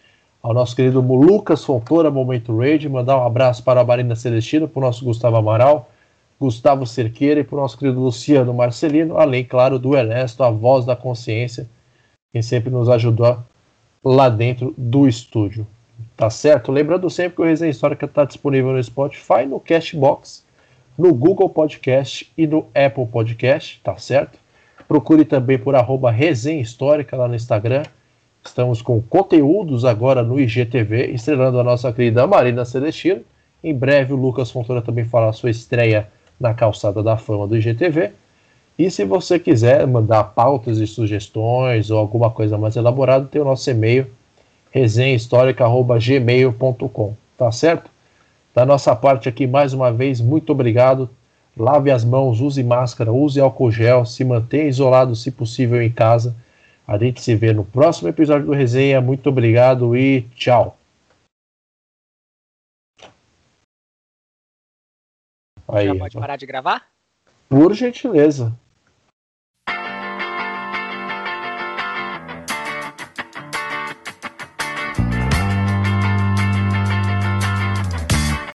ao nosso querido Lucas Fontoura, Momento Rage, mandar um abraço para a Marina Celestina, para o nosso Gustavo Amaral, Gustavo Cerqueira e para o nosso querido Luciano Marcelino, além, claro, do Ernesto, a voz da consciência, quem sempre nos ajudou lá dentro do estúdio. Tá certo? Lembrando sempre que o Resenha Histórica está disponível no Spotify, no Cashbox, no Google Podcast e no Apple Podcast, tá certo? Procure também por arroba Resenha Histórica lá no Instagram. Estamos com conteúdos agora no I G T V, estrelando a nossa querida Marina Celestina. Em breve o Lucas Fontoura também fará a sua estreia na Calçada da Fama do I G T V. E se você quiser mandar pautas e sugestões ou alguma coisa mais elaborada, tem o nosso e-mail resenha histórica arroba gmail ponto com, tá certo? Da nossa parte aqui, mais uma vez, muito obrigado. Lave as mãos, use máscara, use álcool gel, se mantenha isolado se possível em casa. A gente se vê no próximo episódio do Resenha. Muito obrigado e tchau. Aí, já pode parar de gravar? Por gentileza.